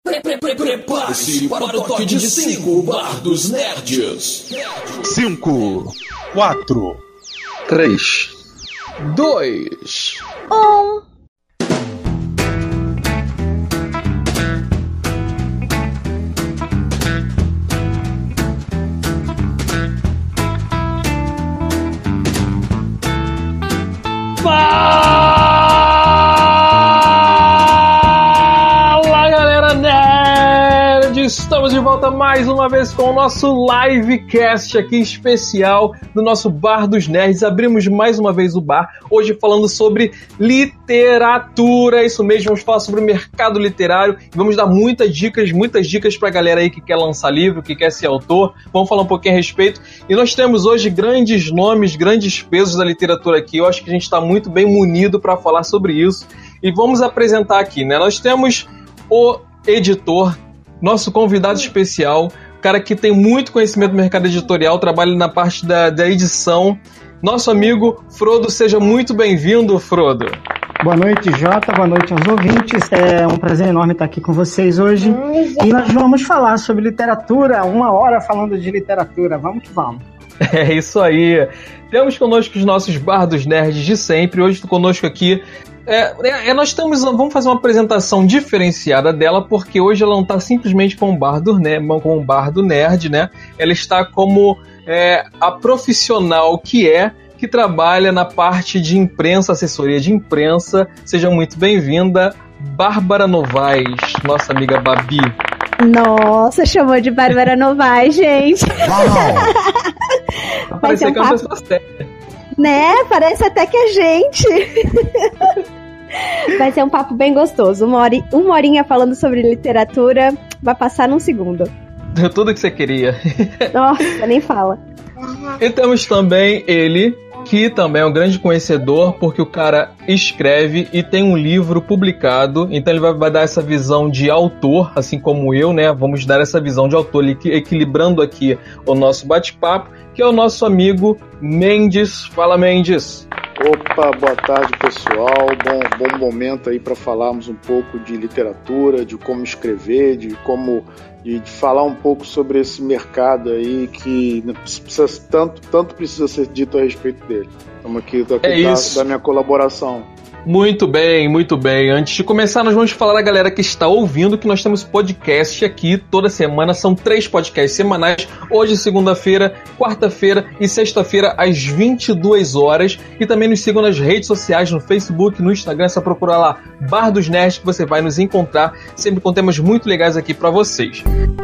Prepare-se para o toque de 5 Bar dos Nerds. 5, 4, 3, 2, 1. Fala, galera nerd! Estamos de volta mais uma vez com o nosso livecast aqui especial do nosso Bar dos Nerds. Abrimos mais uma vez o bar, hoje falando sobre literatura, isso mesmo, vamos falar sobre o mercado literário e vamos dar muitas dicas pra galera aí que quer lançar livro, que quer ser autor. Vamos falar um pouquinho a respeito. E nós temos hoje grandes nomes, grandes pesos da literatura aqui. Eu acho que a gente está muito bem munido para falar sobre isso. E vamos apresentar aqui, né? Nós temos o editor, nosso convidado especial, cara que tem muito conhecimento do mercado editorial, trabalha na parte da edição. Nosso amigo Frodo, seja muito bem-vindo, Frodo. Boa noite, Jota. Boa noite aos ouvintes. É um prazer enorme estar aqui com vocês hoje. E nós vamos falar sobre literatura, 1 hora falando de literatura. Vamos que vamos. É isso aí. Temos conosco os nossos bardos nerds de sempre. Hoje conosco aqui nós vamos fazer uma apresentação diferenciada dela, porque hoje ela não está simplesmente com um bardo nerd, né? Ela está como a profissional que trabalha na parte de imprensa, assessoria de imprensa. Seja muito bem-vinda, Bárbara Novaes, nossa amiga Babi. Nossa, chamou de Bárbara Novaes, gente. Parece que é uma pessoa séria. Né? Parece até que é gente. Vai ser um papo bem gostoso. Uma horinha falando sobre literatura vai passar num segundo. Tudo que você queria. Nossa, nem fala. E temos também ele, que também é um grande conhecedor, porque o cara escreve e tem um livro publicado, então ele vai dar essa visão de autor, assim como eu, né? Vamos dar essa visão de autor, equilibrando aqui o nosso bate-papo, que é o nosso amigo Mendes. Fala, Mendes. Opa, boa tarde, pessoal. Bom momento aí para falarmos um pouco de literatura, de como escrever, de falar um pouco sobre esse mercado aí que precisa, tanto precisa ser dito a respeito dele. Estamos aqui da minha colaboração. Muito bem, muito bem. Antes de começar, nós vamos falar a galera que está ouvindo que nós temos podcast aqui toda semana. São 3 podcasts semanais. Hoje, segunda-feira, quarta-feira e sexta-feira, às 22 horas. E também nos sigam nas redes sociais, no Facebook, no Instagram. É só procurar lá, Bar dos Nerds, que você vai nos encontrar. Sempre com temas muito legais aqui para vocês.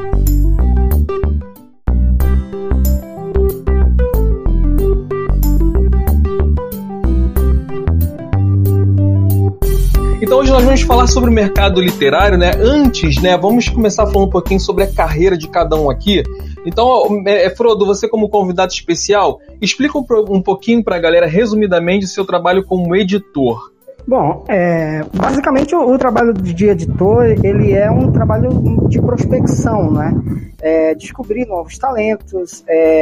Então hoje nós vamos falar sobre o mercado literário, né? Antes, né, vamos começar falando um pouquinho sobre a carreira de cada um aqui. Então, Frodo, você como convidado especial, explica um pouquinho para a galera, resumidamente, o seu trabalho como editor. Bom, basicamente o trabalho de editor, ele é um trabalho de prospecção, né? Descobrir novos talentos,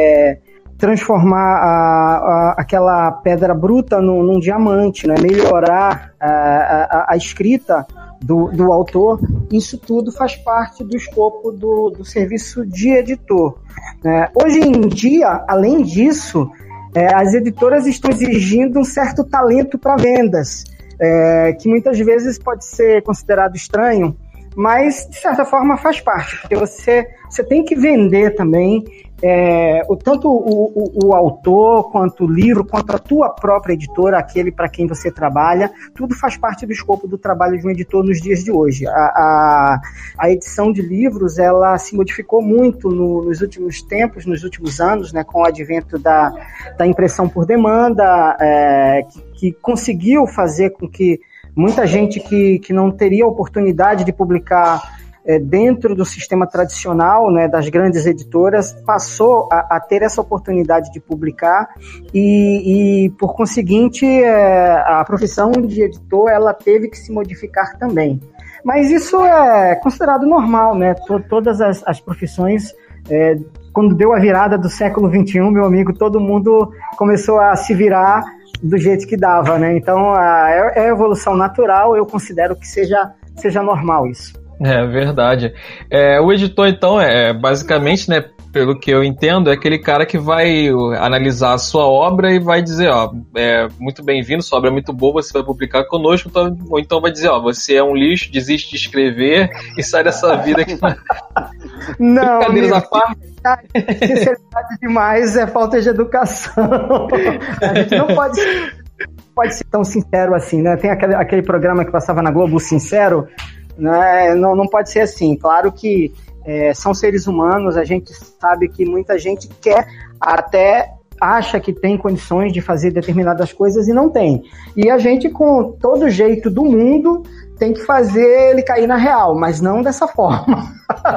transformar aquela pedra bruta num diamante, né? Melhorar a escrita do autor. Isso tudo faz parte do escopo do serviço de editor. Hoje em dia, além disso, as editoras estão exigindo um certo talento para vendas, que muitas vezes pode ser considerado estranho, mas de certa forma faz parte, porque você tem que vender também tanto o autor, quanto o livro, quanto a tua própria editora, aquele para quem você trabalha. Tudo faz parte do escopo do trabalho de um editor nos dias de hoje. A edição de livros, ela se modificou muito nos últimos tempos, nos últimos anos, né, com o advento da impressão por demanda, que conseguiu fazer com que muita gente que não teria oportunidade de publicar dentro do sistema tradicional, né, das grandes editoras, passou a ter essa oportunidade de publicar e por conseguinte, a profissão de editor ela teve que se modificar também. Mas isso é considerado normal, né? Todas as profissões, quando deu a virada do século XXI, meu amigo, todo mundo começou a se virar do jeito que dava, né? Então, é evolução natural, eu considero que seja normal isso. É verdade. O editor, então, basicamente, né, pelo que eu entendo, é aquele cara que vai analisar a sua obra e vai dizer, muito bem-vindo, sua obra é muito boa, você vai publicar conosco, ou então vai dizer, você é um lixo, desiste de escrever e sai dessa vida que... Não, brincadeiras à parte. Sinceridade demais é falta de educação. A gente não pode ser tão sincero assim, né? Tem aquele programa que passava na Globo, o Sincero, né? Não pode ser assim. Claro que são seres humanos, a gente sabe que muita gente quer, até acha que tem condições de fazer determinadas coisas e não tem. E a gente, com todo jeito do mundo, tem que fazer ele cair na real, mas não dessa forma.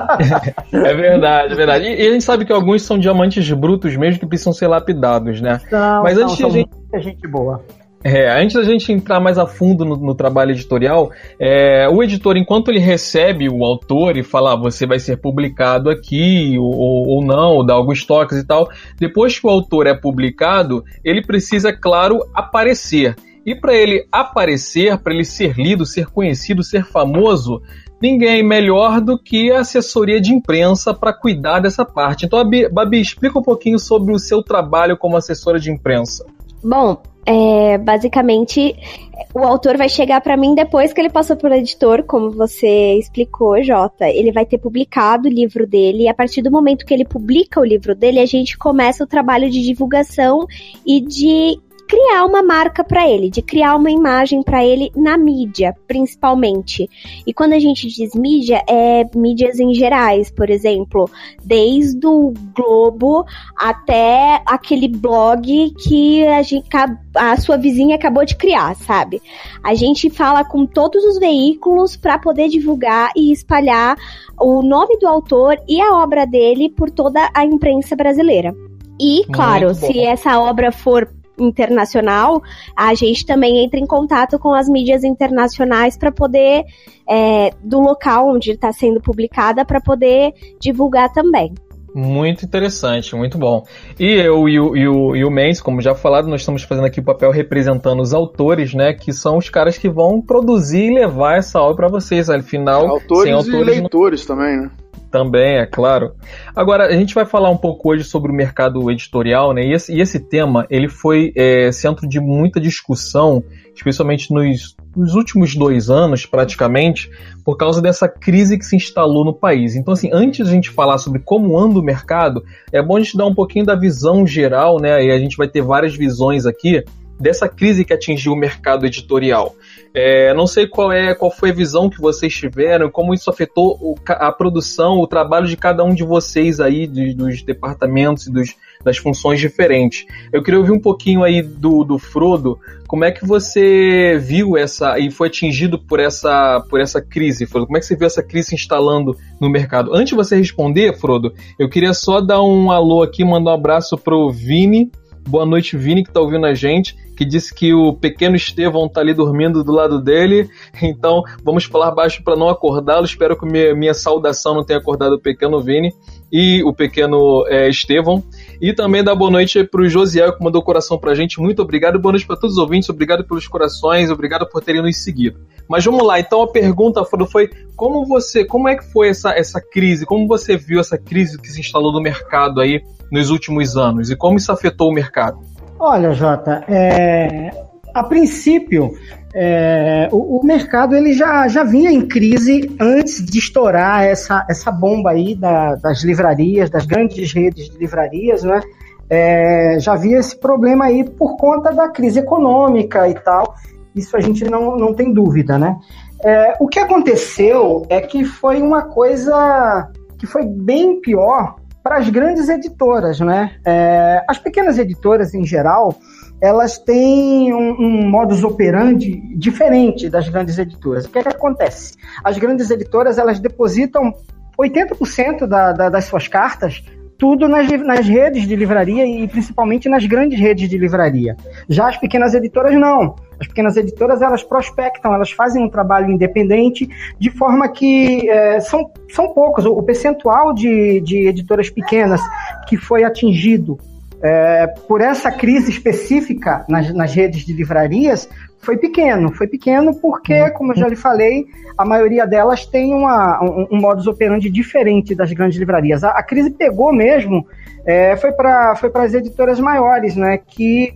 É verdade, é verdade. E a gente sabe que alguns são diamantes brutos mesmo que precisam ser lapidados, né? Mas antes são muita gente boa. Antes da gente entrar mais a fundo no trabalho editorial, o editor, enquanto ele recebe o autor e fala, você vai ser publicado aqui, ou não, ou dá alguns toques e tal, depois que o autor é publicado, ele precisa, claro, aparecer. E para ele aparecer, para ele ser lido, ser conhecido, ser famoso, ninguém melhor do que a assessoria de imprensa para cuidar dessa parte. Então, Babi, explica um pouquinho sobre o seu trabalho como assessora de imprensa. Bom, basicamente, o autor vai chegar para mim depois que ele passou pelo editor, como você explicou, Jota. Ele vai ter publicado o livro dele, e a partir do momento que ele publica o livro dele, a gente começa o trabalho de divulgação e de criar uma marca para ele, de criar uma imagem para ele na mídia, principalmente. E quando a gente diz mídia, mídias em gerais, por exemplo, desde o Globo até aquele blog que a sua vizinha acabou de criar, sabe? A gente fala com todos os veículos para poder divulgar e espalhar o nome do autor e a obra dele por toda a imprensa brasileira. E, claro, se essa obra for internacional, a gente também entra em contato com as mídias internacionais para poder, do local onde está sendo publicada, para poder divulgar também. Muito interessante, muito bom. E eu e o Mendes, como já falado, nós estamos fazendo aqui o papel representando os autores, né, que são os caras que vão produzir e levar essa obra para vocês. Afinal, autores e leitores também, né? Também, é claro. Agora, a gente vai falar um pouco hoje sobre o mercado editorial, né? E esse tema, ele foi centro de muita discussão, especialmente nos últimos 2 anos, praticamente, por causa dessa crise que se instalou no país. Então, assim, antes de a gente falar sobre como anda o mercado, é bom a gente dar um pouquinho da visão geral, né? E a gente vai ter várias visões aqui dessa crise que atingiu o mercado editorial. Não sei qual foi a visão que vocês tiveram, como isso afetou a produção, o trabalho de cada um de vocês aí, dos departamentos e das funções diferentes. Eu queria ouvir um pouquinho aí do Frodo, como é que você viu e foi atingido por essa crise, Frodo? Como é que você viu essa crise se instalando no mercado? Antes de você responder, Frodo, eu queria só dar um alô aqui, mandar um abraço pro Vini. Boa noite, Vini, que tá ouvindo a gente, que disse que o pequeno Estevão tá ali dormindo do lado dele, então vamos falar baixo para não acordá-lo. Espero que minha saudação não tenha acordado o pequeno Vini e o pequeno Estevão. E também dar boa noite pro Josiel, que mandou coração pra gente. Muito obrigado, boa noite para todos os ouvintes, obrigado pelos corações, obrigado por terem nos seguido. Mas vamos lá, então a pergunta foi como é que foi essa crise, como você viu essa crise que se instalou no mercado aí nos últimos anos, e como isso afetou o mercado? Olha, Jota, a princípio, o mercado ele já vinha em crise antes de estourar essa bomba aí das livrarias, das grandes redes de livrarias, né? Já havia esse problema aí por conta da crise econômica e tal, isso a gente não tem dúvida, né? O que aconteceu é que foi uma coisa que foi bem pior para as grandes editoras, né? As pequenas editoras, em geral, elas têm um modus operandi diferente das grandes editoras. O que acontece? As grandes editoras, elas depositam 80% das suas cartas tudo nas redes de livraria e principalmente nas grandes redes de livraria. Já as pequenas editoras não. As pequenas editoras, elas prospectam, elas fazem um trabalho independente, de forma que são poucos. O percentual de editoras pequenas que foi atingido por essa crise específica nas redes de livrarias, foi pequeno porque, como eu já lhe falei, a maioria delas tem um modus operandi diferente das grandes livrarias. A crise pegou mesmo, foi para as editoras maiores, né, que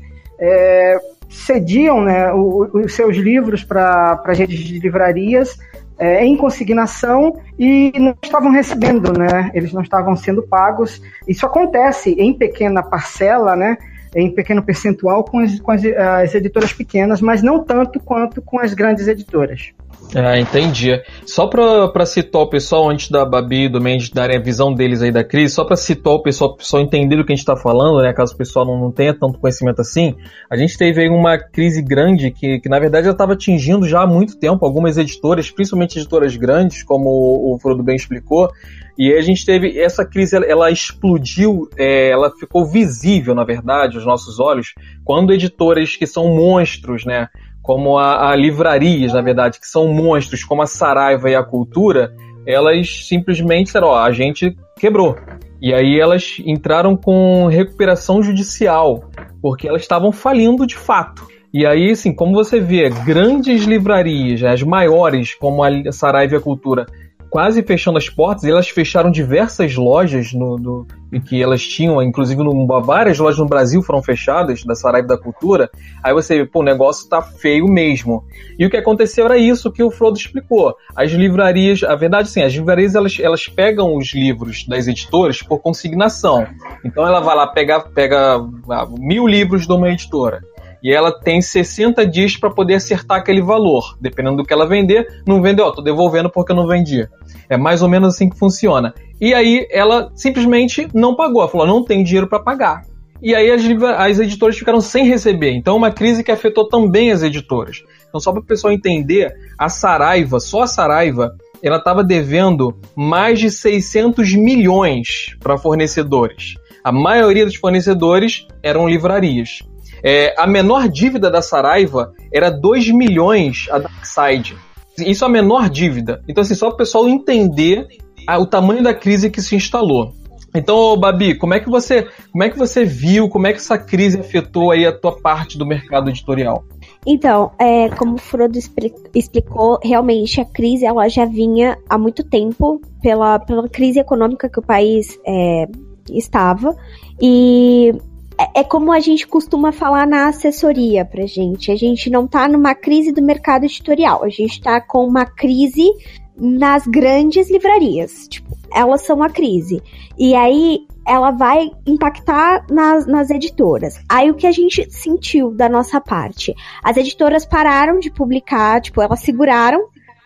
cediam, né, os seus livros para as redes de livrarias em consignação e não estavam recebendo, né, eles não estavam sendo pagos. Isso acontece em pequena parcela, né, em pequeno percentual com as editoras pequenas, mas não tanto quanto com as grandes editoras. Entendi. Só para situar o pessoal, antes da Babi e do Mendes darem a visão deles aí da crise, só para situar o pessoal entender o que a gente está falando, né, caso o pessoal não tenha tanto conhecimento assim, a gente teve aí uma crise grande que na verdade já estava atingindo já há muito tempo algumas editoras, principalmente editoras grandes, como o Frodo bem explicou, e a gente teve essa crise, ela explodiu, ela ficou visível, na verdade, aos nossos olhos, quando editoras que são monstros, né, como a livrarias, na verdade, que são monstros, como a Saraiva e a Cultura, elas simplesmente disseram, a gente quebrou. E aí elas entraram com recuperação judicial, porque elas estavam falindo de fato. E aí, assim, como você vê, grandes livrarias, as maiores, como a Saraiva e a Cultura, quase fechando as portas, e elas fecharam diversas lojas em que elas tinham, inclusive várias lojas no Brasil foram fechadas, da Saraiva da Cultura. Aí você vê, o negócio tá feio mesmo. E o que aconteceu era isso que o Frodo explicou. As livrarias, a verdade, sim, as livrarias elas pegam os livros das editoras por consignação. Então ela vai lá, pega 1000 livros de uma editora. E ela tem 60 dias para poder acertar aquele valor. Dependendo do que ela vender, não vendeu, tô devolvendo porque eu não vendi. É mais ou menos assim que funciona. E aí ela simplesmente não pagou. Ela falou, não tem dinheiro para pagar. E aí as editoras ficaram sem receber. Então é uma crise que afetou também as editoras. Então só para o pessoal entender, só a Saraiva, ela estava devendo mais de 600 milhões para fornecedores. A maioria dos fornecedores eram livrarias. A menor dívida da Saraiva era 2 milhões a Darkside. Isso é a menor dívida. Então, assim, só para o pessoal entender o tamanho da crise que se instalou. Então, Babi, como é que você viu, como é que essa crise afetou aí a tua parte do mercado editorial? Então, como o Frodo explicou, realmente a crise ela já vinha há muito tempo pela crise econômica que o país estava. E é como a gente costuma falar na assessoria pra gente. A gente não tá numa crise do mercado editorial. A gente tá com uma crise nas grandes livrarias. Tipo, elas são a crise. E aí, ela vai impactar nas editoras. Aí, o que a gente sentiu da nossa parte? As editoras pararam de publicar, tipo, elas seguraram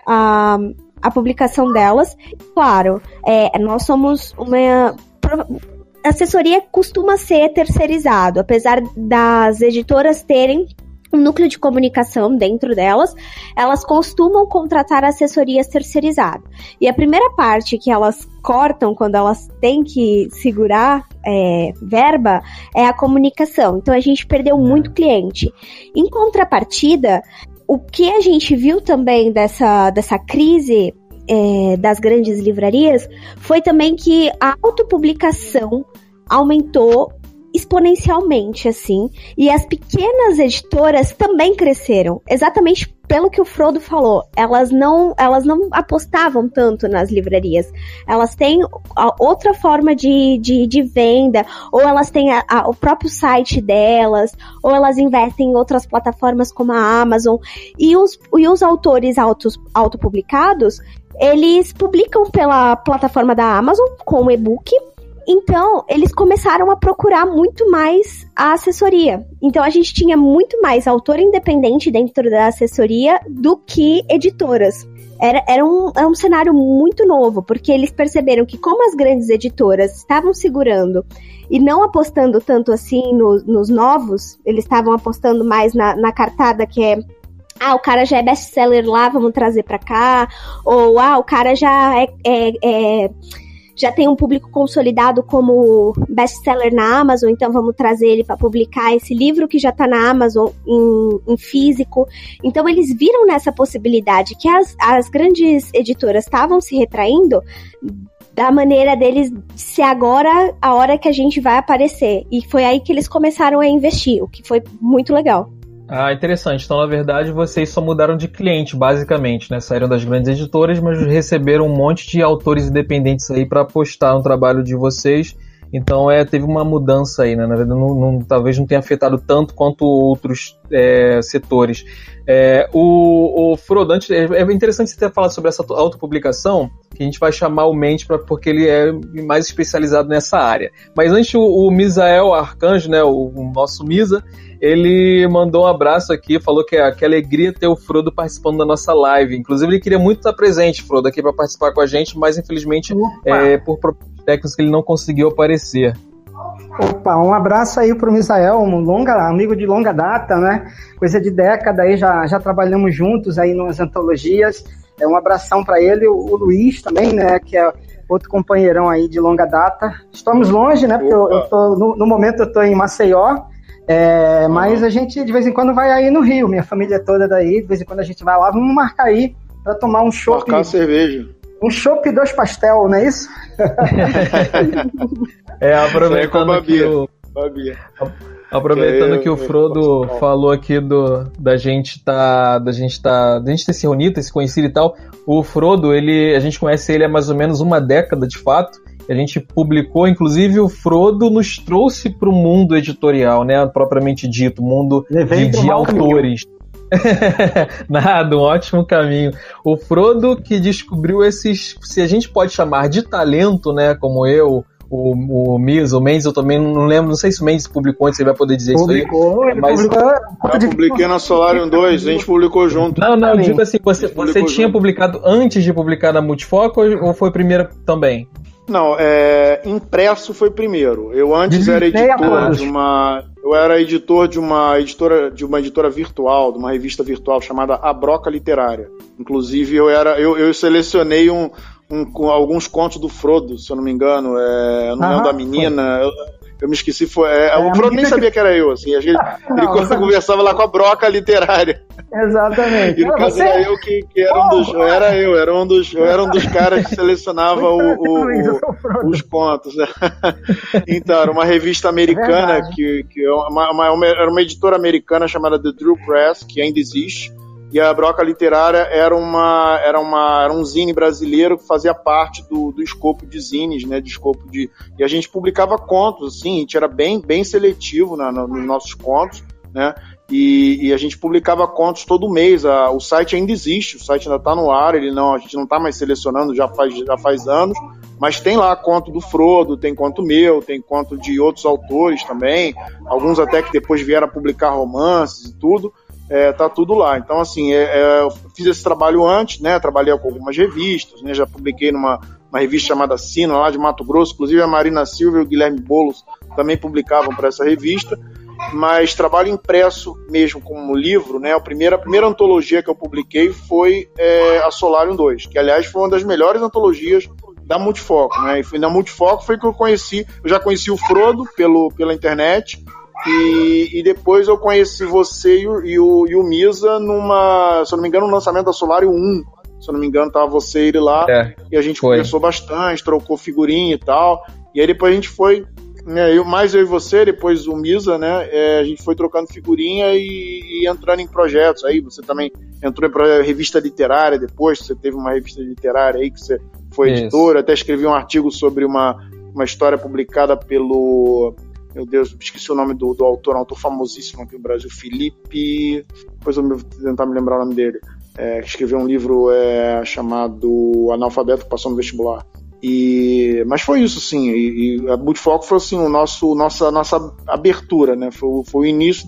a publicação delas. Claro, nós somos uma... A assessoria costuma ser terceirizado, apesar das editoras terem um núcleo de comunicação dentro delas, elas costumam contratar assessorias terceirizadas. E a primeira parte que elas cortam quando elas têm que segurar verba é a comunicação. Então a gente perdeu muito cliente. Em contrapartida, o que a gente viu também dessa crise das grandes livrarias foi também que a autopublicação aumentou exponencialmente, assim, e as pequenas editoras também cresceram, exatamente pelo que o Frodo falou. Elas não apostavam tanto nas livrarias, elas têm outra forma de venda, ou elas têm o próprio site delas, ou elas investem em outras plataformas como a Amazon, e os autores autopublicados, eles publicam pela plataforma da Amazon com o e-book. Então, eles começaram a procurar muito mais a assessoria. Então, a gente tinha muito mais autor independente dentro da assessoria do que editoras. Era um cenário muito novo, porque eles perceberam que como as grandes editoras estavam segurando e não apostando tanto assim nos novos, eles estavam apostando mais na cartada que é... o cara já é best-seller lá, vamos trazer pra cá. Ou, o cara já já tem um público consolidado como best-seller na Amazon, então vamos trazer ele para publicar esse livro que já está na Amazon em físico. Então eles viram nessa possibilidade que as grandes editoras estavam se retraindo da maneira deles ser agora a hora que a gente vai aparecer. E foi aí que eles começaram a investir, o que foi muito legal. Ah, interessante. Então, na verdade, vocês só mudaram de cliente, basicamente, né? Saíram das grandes editoras, mas receberam um monte de autores independentes aí para apostar no trabalho de vocês. Então, teve uma mudança aí, né? Na verdade, talvez não tenha afetado tanto quanto outros setores. O Frodo, antes, é interessante você ter falado sobre essa autopublicação, que a gente vai chamar o Mendes porque ele é mais especializado nessa área. Mas antes, o Misael Arcanjo, né? O nosso Misa, ele mandou um abraço aqui, falou que alegria ter o Frodo participando da nossa live. Inclusive, ele queria muito estar presente, Frodo, aqui para participar com a gente, mas infelizmente, por problemas técnicos, que ele não conseguiu aparecer. Opa, um abraço aí pro Misael, amigo de longa data, né? Coisa de década aí, já trabalhamos juntos aí nas antologias. Um abração para ele, o Luiz também, né? Que é outro companheirão aí de longa data. Estamos longe, né? Porque no momento eu tô em Maceió. Mas a gente de vez em quando vai aí no Rio, minha família toda daí, de vez em quando a gente vai lá, vamos marcar aí pra tomar um chopp. Marcar cerveja. Um chopp e 2 pastel, não é isso? Aproveitando que o Frodo falou aqui da gente ter se reunido, ter se conhecido e tal, o Frodo, a gente conhece ele há mais ou menos uma década de fato. A gente publicou, inclusive o Frodo nos trouxe para o mundo editorial, né, propriamente dito, mundo de autores. Nada, um ótimo caminho. O Frodo que descobriu se a gente pode chamar de talento, né, como eu, o Mendes, eu também não lembro, não sei se o Mendes publicou antes, você vai poder dizer isso aí. Eu publiquei na Solarium 2, a gente publicou junto. Não, digo assim, você tinha publicado antes de publicar na Multifoco ou foi primeiro também? Não, impresso foi primeiro. Eu antes era editor de uma editora virtual, de uma revista virtual chamada A Broca Literária. Inclusive eu selecionei alguns contos do Frodo, se eu não me engano, eu não lembro da menina. Eu me esqueci, o Frodo nem sabia que era eu, assim, ele conversava lá com a Broca Literária. Exatamente. E no caso era eu que era um dos caras que selecionava os contos. Né? Então, era uma revista americana, era uma editora americana chamada The Drew Press, que ainda existe. E a Broca Literária era um zine brasileiro que fazia parte do escopo de zines, né? E a gente publicava contos, assim, a gente era bem seletivo nos nossos contos, né? E a gente publicava contos todo mês. O site ainda existe, o site ainda está no ar, a gente não está mais selecionando já faz anos, mas tem lá conto do Frodo, tem conto meu, tem conto de outros autores também, alguns até que depois vieram a publicar romances e tudo. Tá tudo lá. Então, assim, eu fiz esse trabalho antes, né? Trabalhei com algumas revistas, né? Já publiquei numa revista chamada Sina, lá de Mato Grosso. Inclusive a Marina Silva e o Guilherme Boulos também publicavam para essa revista. Mas trabalho impresso mesmo como livro, né? A primeira antologia que eu publiquei foi a Solarium 2, que aliás foi uma das melhores antologias da Multifoco, né? E na Multifoco foi que eu já conheci o Frodo pela internet. E depois eu conheci você e o Misa se eu não me engano, no lançamento da Solarium 1. Se eu não me engano, tava você e ele lá. E a gente conversou bastante, trocou figurinha e tal. E aí depois a gente foi, né, eu e você, depois o Misa, né? A gente foi trocando figurinha e entrando em projetos. Aí você também entrou em revista literária depois, você teve uma revista literária aí que você foi editor. Até escrevi um artigo sobre uma história publicada pelo... Meu Deus, esqueci o nome do autor, um autor famosíssimo aqui no Brasil, Felipe... Depois eu vou tentar me lembrar o nome dele. Que escreveu um livro chamado Analfabeto que passou no vestibular. Mas foi isso, sim. E a Multifoco foi assim, nossa abertura, né? Foi o início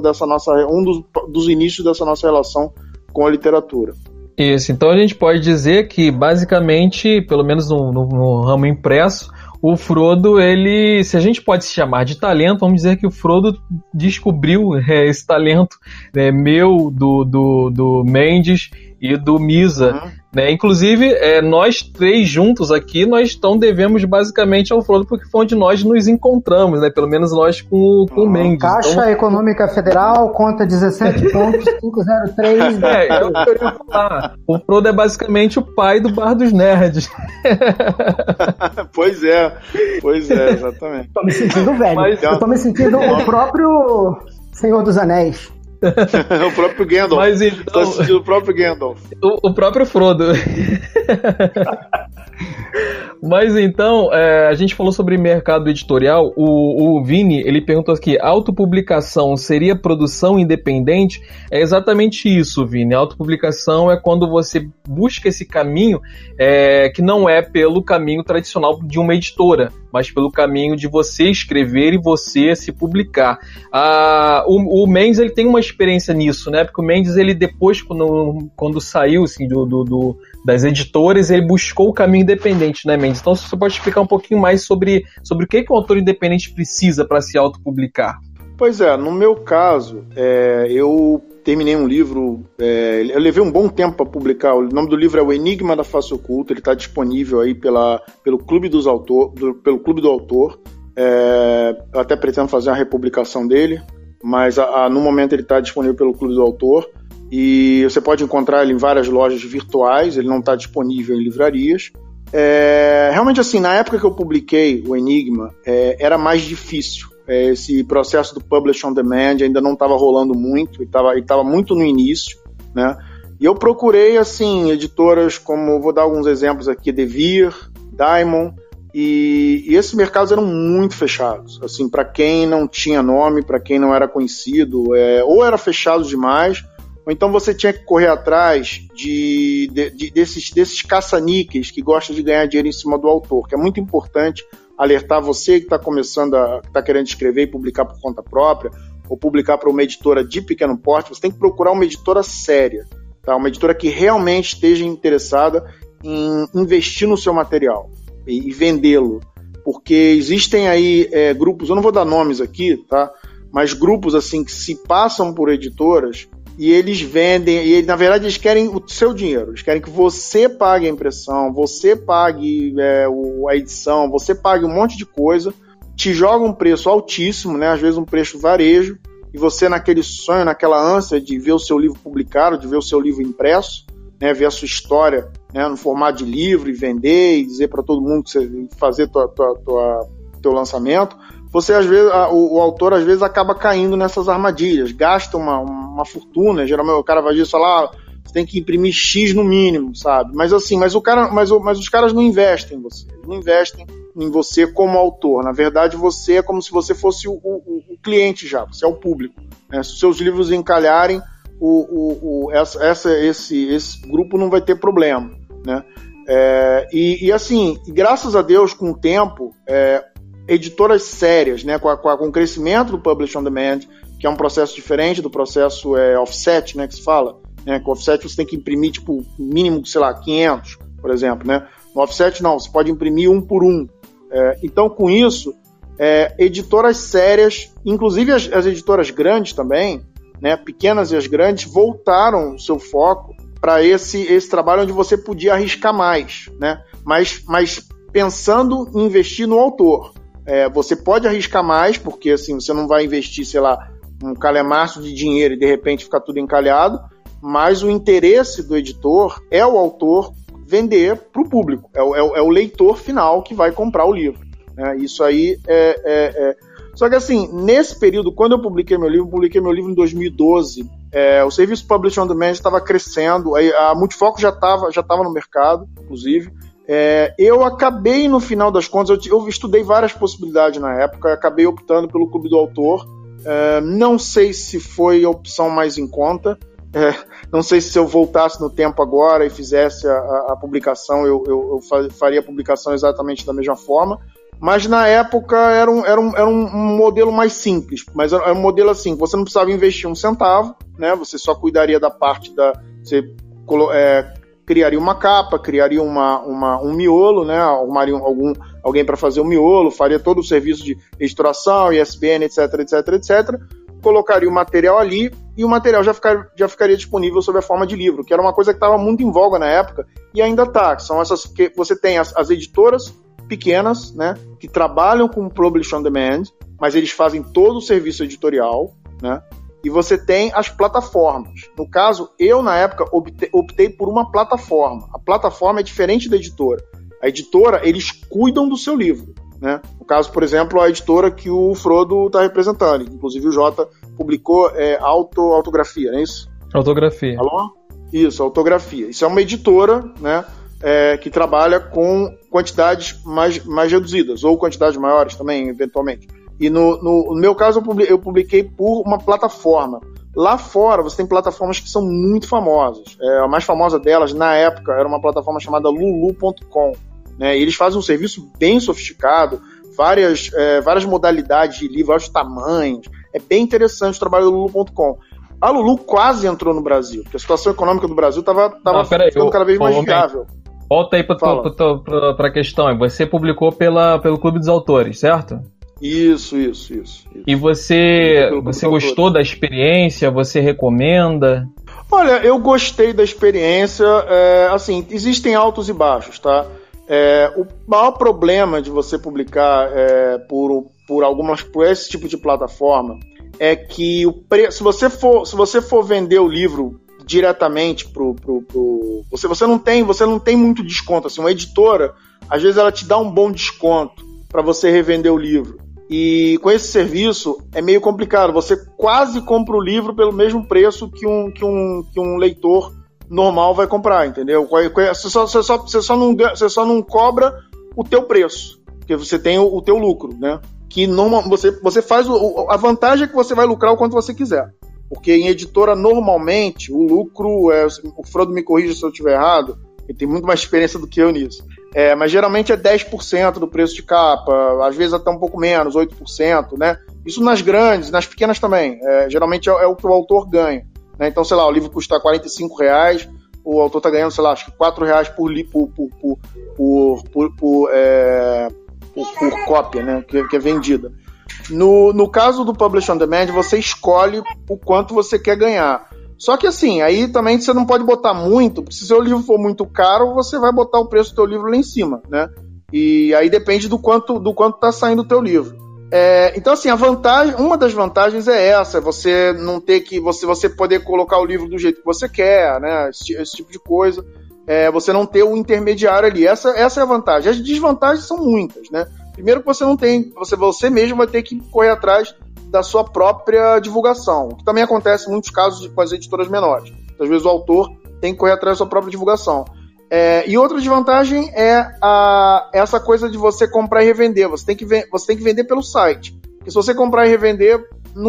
dos inícios dessa nossa relação com a literatura. Isso, então a gente pode dizer que, basicamente, pelo menos no ramo impresso, o Frodo, se a gente pode se chamar de talento, vamos dizer que o Frodo descobriu esse talento meu, do Mendes e do Misa, né? Inclusive, nós três juntos aqui, nós devemos basicamente ao Frodo, porque foi onde nós nos encontramos, né? Pelo menos nós com o Mendes. Caixa Econômica Federal, conta 17.503. Eu queria falar. O Frodo é basicamente o pai do Bar dos Nerds. Pois é, exatamente. Tô me sentindo velho. Eu tô me sentindo o próprio Senhor dos Anéis. O próprio Gandalf. Mas então, o próprio Gandalf. O próprio Frodo. Mas então, a gente falou sobre mercado editorial. O Vini, ele perguntou aqui: autopublicação seria produção independente? É exatamente isso, Vini. Autopublicação é quando você busca esse caminho que não é pelo caminho tradicional de uma editora, mas pelo caminho de você escrever e você se publicar. O Mendes, ele tem uma experiência nisso, né? Porque o Mendes, ele depois, quando saiu assim, das editoras, ele buscou o caminho independente, né, Mendes? Então você pode explicar um pouquinho mais sobre o que um autor independente precisa para se autopublicar? Pois é, no meu caso, eu terminei um livro, eu levei um bom tempo para publicar. O nome do livro é O Enigma da Face Oculta. Ele está disponível aí pelo Clube do Autor. Eu até pretendo fazer uma republicação dele, mas no momento ele está disponível pelo Clube do Autor. E você pode encontrar ele em várias lojas virtuais, ele não está disponível em livrarias. Realmente, assim, na época que eu publiquei o Enigma, era mais difícil. Esse processo do Publish on Demand ainda não estava rolando muito, e estava muito no início, né? E eu procurei, assim, editoras como, vou dar alguns exemplos aqui, Devir, Diamond, e esses mercados eram muito fechados, assim, para quem não tinha nome, para quem não era conhecido, ou era fechado demais, ou então você tinha que correr atrás desses caça-níqueis que gostam de ganhar dinheiro em cima do autor, que é muito importante alertar você que está começando, que está querendo escrever e publicar por conta própria, ou publicar para uma editora de pequeno porte. Você tem que procurar uma editora séria, tá? Uma editora que realmente esteja interessada em investir no seu material e vendê-lo, porque existem aí grupos, eu não vou dar nomes aqui, tá? Mas grupos assim que se passam por editoras e eles vendem, e na verdade eles querem o seu dinheiro, eles querem que você pague a impressão, você pague a edição, você pague um monte de coisa, te joga um preço altíssimo, né? Às vezes um preço varejo, e você naquele sonho, naquela ânsia de ver o seu livro publicado, de ver o seu livro impresso, né? Ver a sua história, né? No formato de livro e vender e dizer para todo mundo que você fazer teu lançamento. Você, às vezes, o autor às vezes acaba caindo nessas armadilhas, gasta uma fortuna. Geralmente o cara vai dizer, falar, você tem que imprimir X no mínimo, sabe? Mas assim, mas os caras não investem em você, não investem em você como autor. Na verdade, você é como se você fosse o cliente já, você é o público, né? Se os seus livros encalharem, esse grupo não vai ter problema, né? E assim, graças a Deus, com o tempo, editoras sérias, né, com o crescimento do Publish on Demand, que é um processo diferente do processo offset, né, que se fala, né, com offset você tem que imprimir, tipo, mínimo, sei lá, 500, por exemplo, né, no offset não, você pode imprimir um por um. Então, com isso, editoras sérias, inclusive as editoras grandes também, né, pequenas e as grandes, voltaram o seu foco para esse trabalho onde você podia arriscar mais, né, mas pensando em investir no autor. Você pode arriscar mais, porque assim, você não vai investir, sei lá, um calhamaço de dinheiro e de repente ficar tudo encalhado, mas o interesse do editor é o autor vender para o público, é o leitor final que vai comprar o livro, né? Isso aí Só que assim, nesse período, quando eu publiquei meu livro em 2012, o serviço Publish on Demand estava crescendo, a Multifoco já estava no mercado, inclusive. Eu acabei, no final das contas, eu estudei várias possibilidades na época, acabei optando pelo Clube do Autor. Não sei se foi a opção mais em conta, não sei se eu voltasse no tempo agora e fizesse a publicação, eu faria a publicação exatamente da mesma forma, mas na época era um modelo mais simples, mas era um modelo assim, você não precisava investir um centavo, né? Você só cuidaria da parte você criaria uma capa, criaria um miolo, né? Arrumaria alguém para fazer o miolo, faria todo o serviço de editoração, ISBN, etc. colocaria o material ali e o material já ficaria disponível sob a forma de livro, que era uma coisa que estava muito em voga na época e ainda está. São essas que você tem as editoras pequenas, né, que trabalham com Publish on Demand, mas eles fazem todo o serviço editorial, né? E você tem as plataformas. No caso, eu, na época, optei por uma plataforma. A plataforma é diferente da editora. A editora, eles cuidam do seu livro, né? No caso, por exemplo, a editora que o Frodo está representando. Inclusive, o Jota publicou Autografia, não é isso? Autografia. Alô? Isso, Autografia. Isso é uma editora, né, que trabalha com quantidades mais reduzidas, ou quantidades maiores também, eventualmente. E no meu caso, eu publiquei por uma plataforma. Lá fora, você tem plataformas que são muito famosas. A mais famosa delas, na época, era uma plataforma chamada Lulu.com. Né? E eles fazem um serviço bem sofisticado, várias modalidades de livro, vários tamanhos. É bem interessante o trabalho do Lulu.com. A Lulu quase entrou no Brasil, porque a situação econômica do Brasil estava ficando cada vez mais viável. Volta aí para a questão. Você publicou pelo Clube dos Autores, certo? Isso. E você gostou da experiência? Você recomenda? Olha, eu gostei da experiência. Assim, existem altos e baixos, tá? O maior problema de você publicar por esse tipo de plataforma é que se você for vender o livro diretamente você não tem muito desconto. Assim, uma editora, às vezes, ela te dá um bom desconto para você revender o livro. E com esse serviço é meio complicado. Você quase compra o livro pelo mesmo preço que um leitor normal vai comprar, entendeu? Você só não cobra o teu preço, porque você tem o teu lucro, né? Que você faz a vantagem é que você vai lucrar o quanto você quiser. Porque em editora, normalmente, o lucro, o Frodo me corrija se eu estiver errado, ele tem muito mais experiência do que eu nisso. Mas geralmente é 10% do preço de capa, às vezes até um pouco menos, 8%, né? Isso nas grandes, nas pequenas também. Geralmente é o que o autor ganha. Né? Então, sei lá, o livro custa R$45, o autor está ganhando, sei lá, acho que R$4 por cópia, né? Que é vendida. No caso do Publish on Demand, você escolhe o quanto você quer ganhar. Só que assim, aí também você não pode botar muito, porque se o seu livro for muito caro, você vai botar o preço do teu livro lá em cima, né? E aí depende do quanto tá saindo o teu livro. Então assim, uma das vantagens é essa, você não ter que, você poder colocar o livro do jeito que você quer, né? Esse tipo de coisa. Você não ter o intermediário ali. Essa é a vantagem. As desvantagens são muitas, né? Primeiro que você não tem, você mesmo vai ter que correr atrás da sua própria divulgação, o que também acontece em muitos casos com as editoras menores. Às vezes o autor tem que correr atrás da sua própria divulgação. E outra desvantagem é essa coisa de você comprar e revender. Você tem que vender pelo site. Porque se você comprar e revender,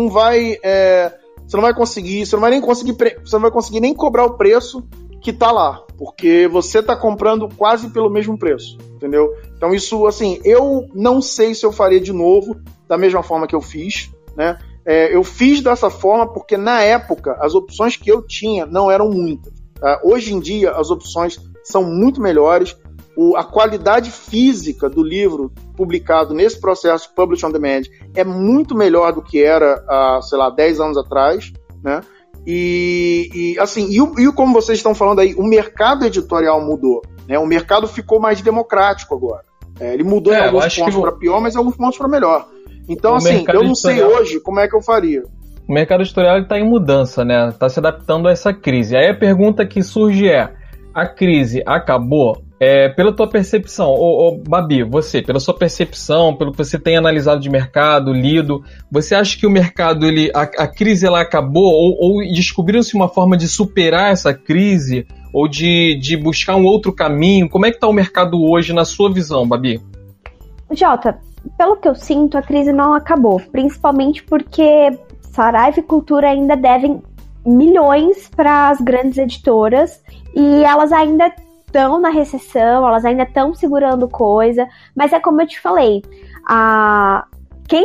você não vai conseguir nem cobrar o preço que está lá, porque você está comprando quase pelo mesmo preço, entendeu? Então isso, assim, eu não sei se eu faria de novo da mesma forma que eu fiz, né? Eu fiz dessa forma porque na época as opções que eu tinha não eram muitas. Tá? Hoje em dia as opções são muito melhores, a qualidade física do livro publicado nesse processo de Publish on Demand é muito melhor do que era há, sei lá, 10 anos atrás, né? E como vocês estão falando aí, o mercado editorial mudou, né? O mercado ficou mais democrático agora. Ele mudou em alguns pontos para pior, mas em alguns pontos para melhor. Então, assim, eu não sei hoje como é que eu faria. O mercado editorial está em mudança, né? Está se adaptando a essa crise. Aí a pergunta que surge a crise acabou? Pela tua percepção, Babi, pela sua percepção, pelo que você tem analisado de mercado, lido, você acha que o mercado, a crise ela acabou ou descobriu-se uma forma de superar essa crise ou de buscar um outro caminho? Como é que está o mercado hoje na sua visão, Babi? Jota, pelo que eu sinto, a crise não acabou, principalmente porque Saraiva e Cultura ainda devem milhões para as grandes editoras e elas ainda estão na recessão, elas ainda estão segurando coisa, mas é como eu te falei, quem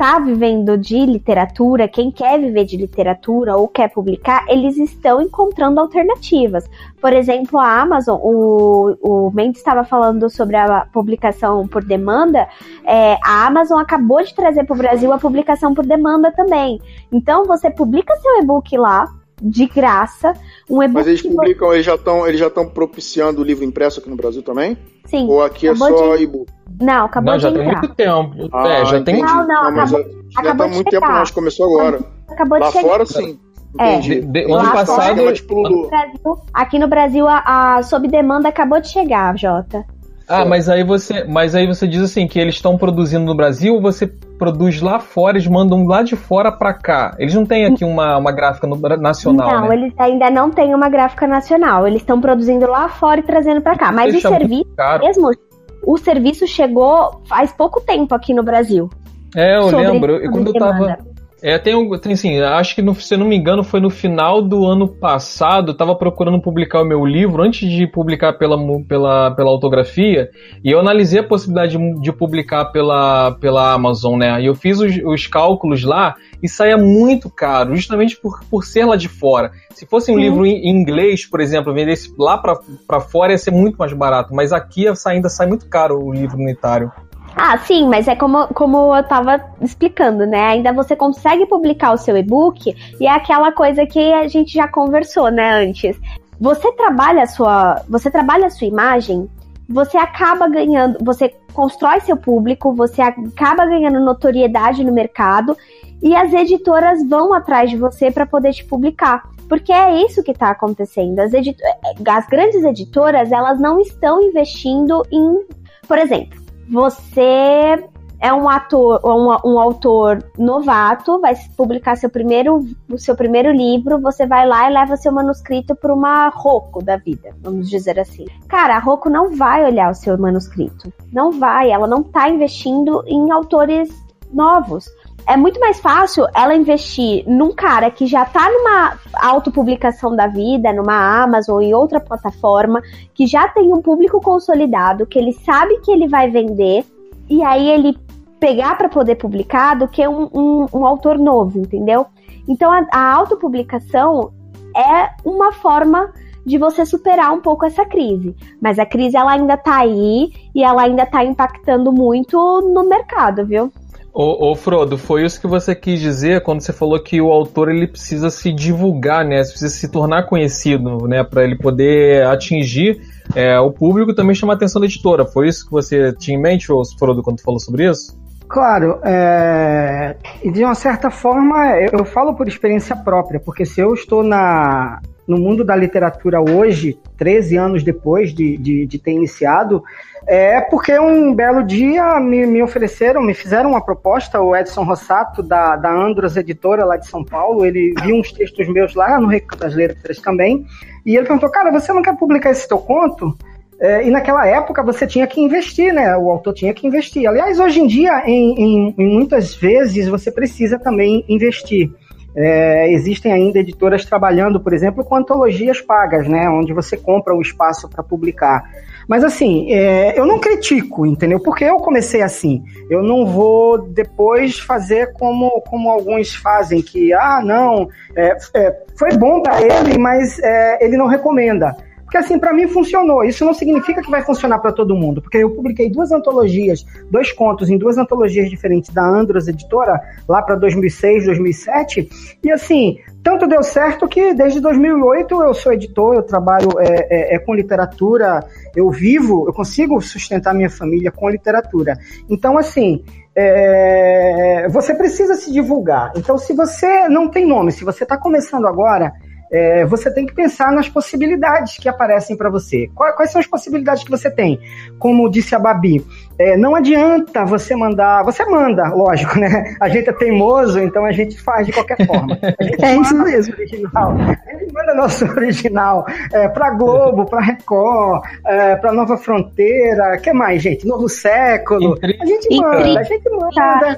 tá vivendo de literatura, quem quer viver de literatura ou quer publicar, eles estão encontrando alternativas. Por exemplo, a Amazon, o Mendes estava falando sobre a publicação por demanda, a Amazon acabou de trazer para o Brasil a publicação por demanda também. Então, você publica seu e-book lá, de graça, um e-book. Mas eles publicam, eles já estão propiciando o livro impresso aqui no Brasil também? Sim. Ou aqui é só e-book? Não, acabou de entrar. Já tem muito tempo. Já tem. Acabou muito tempo, não, acho que começou agora. Acabou de lá chegar. Fora, sim. Entendi. Ano passado. Aqui no Brasil, a sob demanda acabou de chegar, Jota. Mas aí você diz assim, que eles estão produzindo no Brasil, ou você produz lá fora, eles mandam lá de fora pra cá. Eles não têm aqui uma gráfica nacional, não, né? Eles ainda não têm uma gráfica nacional. Eles estão produzindo lá fora e trazendo pra cá. Mas o serviço mesmo, o serviço chegou faz pouco tempo aqui no Brasil. Eu lembro. Quando eu tava... tem assim, acho que, se eu não me engano, foi no final do ano passado, eu tava procurando publicar o meu livro, antes de publicar pela autografia, e eu analisei a possibilidade de publicar pela Amazon, né? E eu fiz os cálculos lá, e saía muito caro, justamente por ser lá de fora. Se fosse um livro em inglês, por exemplo, vendesse lá pra fora, ia ser muito mais barato, mas aqui ainda sai muito caro o livro unitário. Sim, mas é como eu tava explicando, né? Ainda você consegue publicar o seu e-book e é aquela coisa que a gente já conversou, né, antes. Você trabalha a sua imagem, você acaba ganhando, você constrói seu público, você acaba ganhando notoriedade no mercado e as editoras vão atrás de você para poder te publicar. Porque é isso que está acontecendo. As grandes editoras, elas não estão investindo em... Por exemplo, você é um autor novato, vai publicar seu primeiro livro, você vai lá e leva seu manuscrito para uma Roku da vida, vamos dizer assim. Cara, a Roku não vai olhar o seu manuscrito. Não vai, ela não está investindo em autores novos. É muito mais fácil ela investir num cara que já tá numa autopublicação da vida, numa Amazon ou em outra plataforma, que já tem um público consolidado, que ele sabe que ele vai vender, e aí ele pegar para poder publicar, do que um autor novo, entendeu? Então a autopublicação é uma forma de você superar um pouco essa crise. Mas a crise, ela ainda tá aí e ela ainda tá impactando muito no mercado, viu? Ô Frodo, foi isso que você quis dizer quando você falou que o autor ele precisa se divulgar, né? Precisa se tornar conhecido, né? Para ele poder atingir o público e também chamar a atenção da editora. Foi isso que você tinha em mente, Frodo, quando falou sobre isso? Claro, de uma certa forma eu falo por experiência própria, porque se eu estou no mundo da literatura hoje, 13 anos depois de ter iniciado, é porque um belo dia me fizeram uma proposta, o Edson Rossato, da Andros Editora, lá de São Paulo. Ele viu uns textos meus lá no Recanto das Letras também, e ele perguntou: cara, você não quer publicar esse teu conto? E naquela época você tinha que investir, né? O autor tinha que investir. Aliás, hoje em dia, em muitas vezes, você precisa também investir. Existem ainda editoras trabalhando, por exemplo, com antologias pagas, né? Onde você compra o espaço para publicar. Mas assim, eu não critico, entendeu? Porque eu comecei assim. Eu não vou depois fazer como alguns fazem, que, foi bom para ele, mas ele não recomenda. Porque assim, para mim funcionou. Isso não significa que vai funcionar para todo mundo, porque eu publiquei 2 antologias, 2 contos em 2 antologias diferentes da Andros Editora, lá para 2006, 2007, e assim, tanto deu certo que desde 2008 eu sou editor, eu trabalho com literatura, eu consigo sustentar minha família com literatura. Então assim, você precisa se divulgar. Então se você não tem nome, se você está começando agora, você tem que pensar nas possibilidades que aparecem para você. Quais são as possibilidades que você tem? Como disse a Babi, não adianta você mandar... Você manda, lógico, né? A gente é teimoso, então a gente faz de qualquer forma. A gente isso mesmo. Original. A gente manda nosso original para Globo, para Record, para Nova Fronteira, que mais, gente? Novo Século. A gente manda.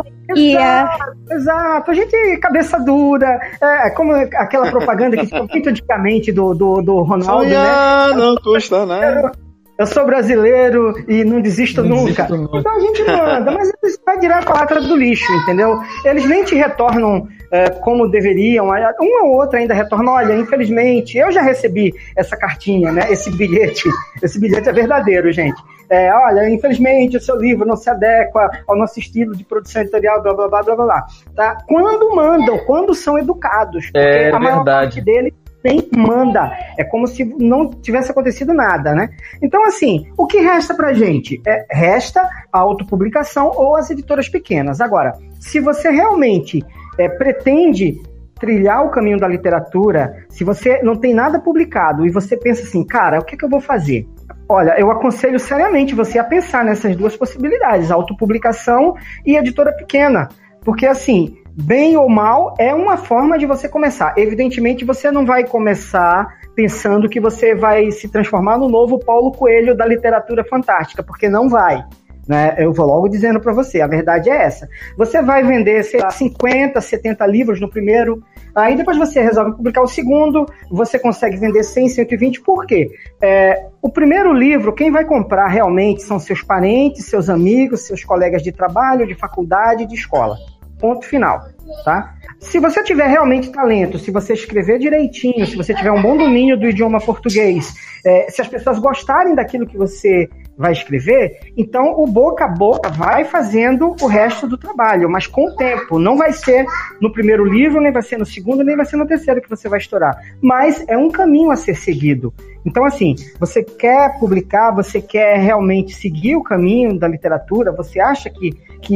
Exato. A gente cabeça dura. Como aquela propaganda que tinha muito antigamente do Ronaldo, sonhar, né? Não custa nada. eu sou brasileiro e não desisto nunca. Então a gente manda, mas eles vai direto à lata do lixo, entendeu? Eles nem te retornam como deveriam. Uma ou outra ainda retorna, olha, infelizmente, eu já recebi essa cartinha, né? Esse bilhete é verdadeiro, gente. Olha, infelizmente o seu livro não se adequa ao nosso estilo de produção editorial, blá, blá, blá, blá, blá. Tá? Quando mandam, quando são educados, porque a maior parte deles nem manda. É como se não tivesse acontecido nada, né? Então, assim, o que resta pra gente? Resta a autopublicação ou as editoras pequenas. Agora, se você realmente pretende trilhar o caminho da literatura, se você não tem nada publicado e você pensa assim, cara, o que eu vou fazer? Olha, eu aconselho seriamente você a pensar nessas duas possibilidades, autopublicação e editora pequena, porque assim, bem ou mal, é uma forma de você começar. Evidentemente, você não vai começar pensando que você vai se transformar no novo Paulo Coelho da literatura fantástica, porque não vai. Né? Eu vou logo dizendo para você, a verdade é essa. Você vai vender, sei lá, 50, 70 livros no primeiro, aí depois você resolve publicar o segundo, você consegue vender 100, 120, por quê? O primeiro livro, quem vai comprar realmente são seus parentes, seus amigos, seus colegas de trabalho, de faculdade, de escola. Ponto final, tá? Se você tiver realmente talento, se você escrever direitinho, se você tiver um bom domínio do idioma português, se as pessoas gostarem daquilo que você vai escrever, então o boca a boca vai fazendo o resto do trabalho, mas com o tempo. Não vai ser no primeiro livro, nem vai ser no segundo, nem vai ser no terceiro que você vai estourar. Mas é um caminho a ser seguido. Então, assim, você quer publicar, você quer realmente seguir o caminho da literatura, você acha que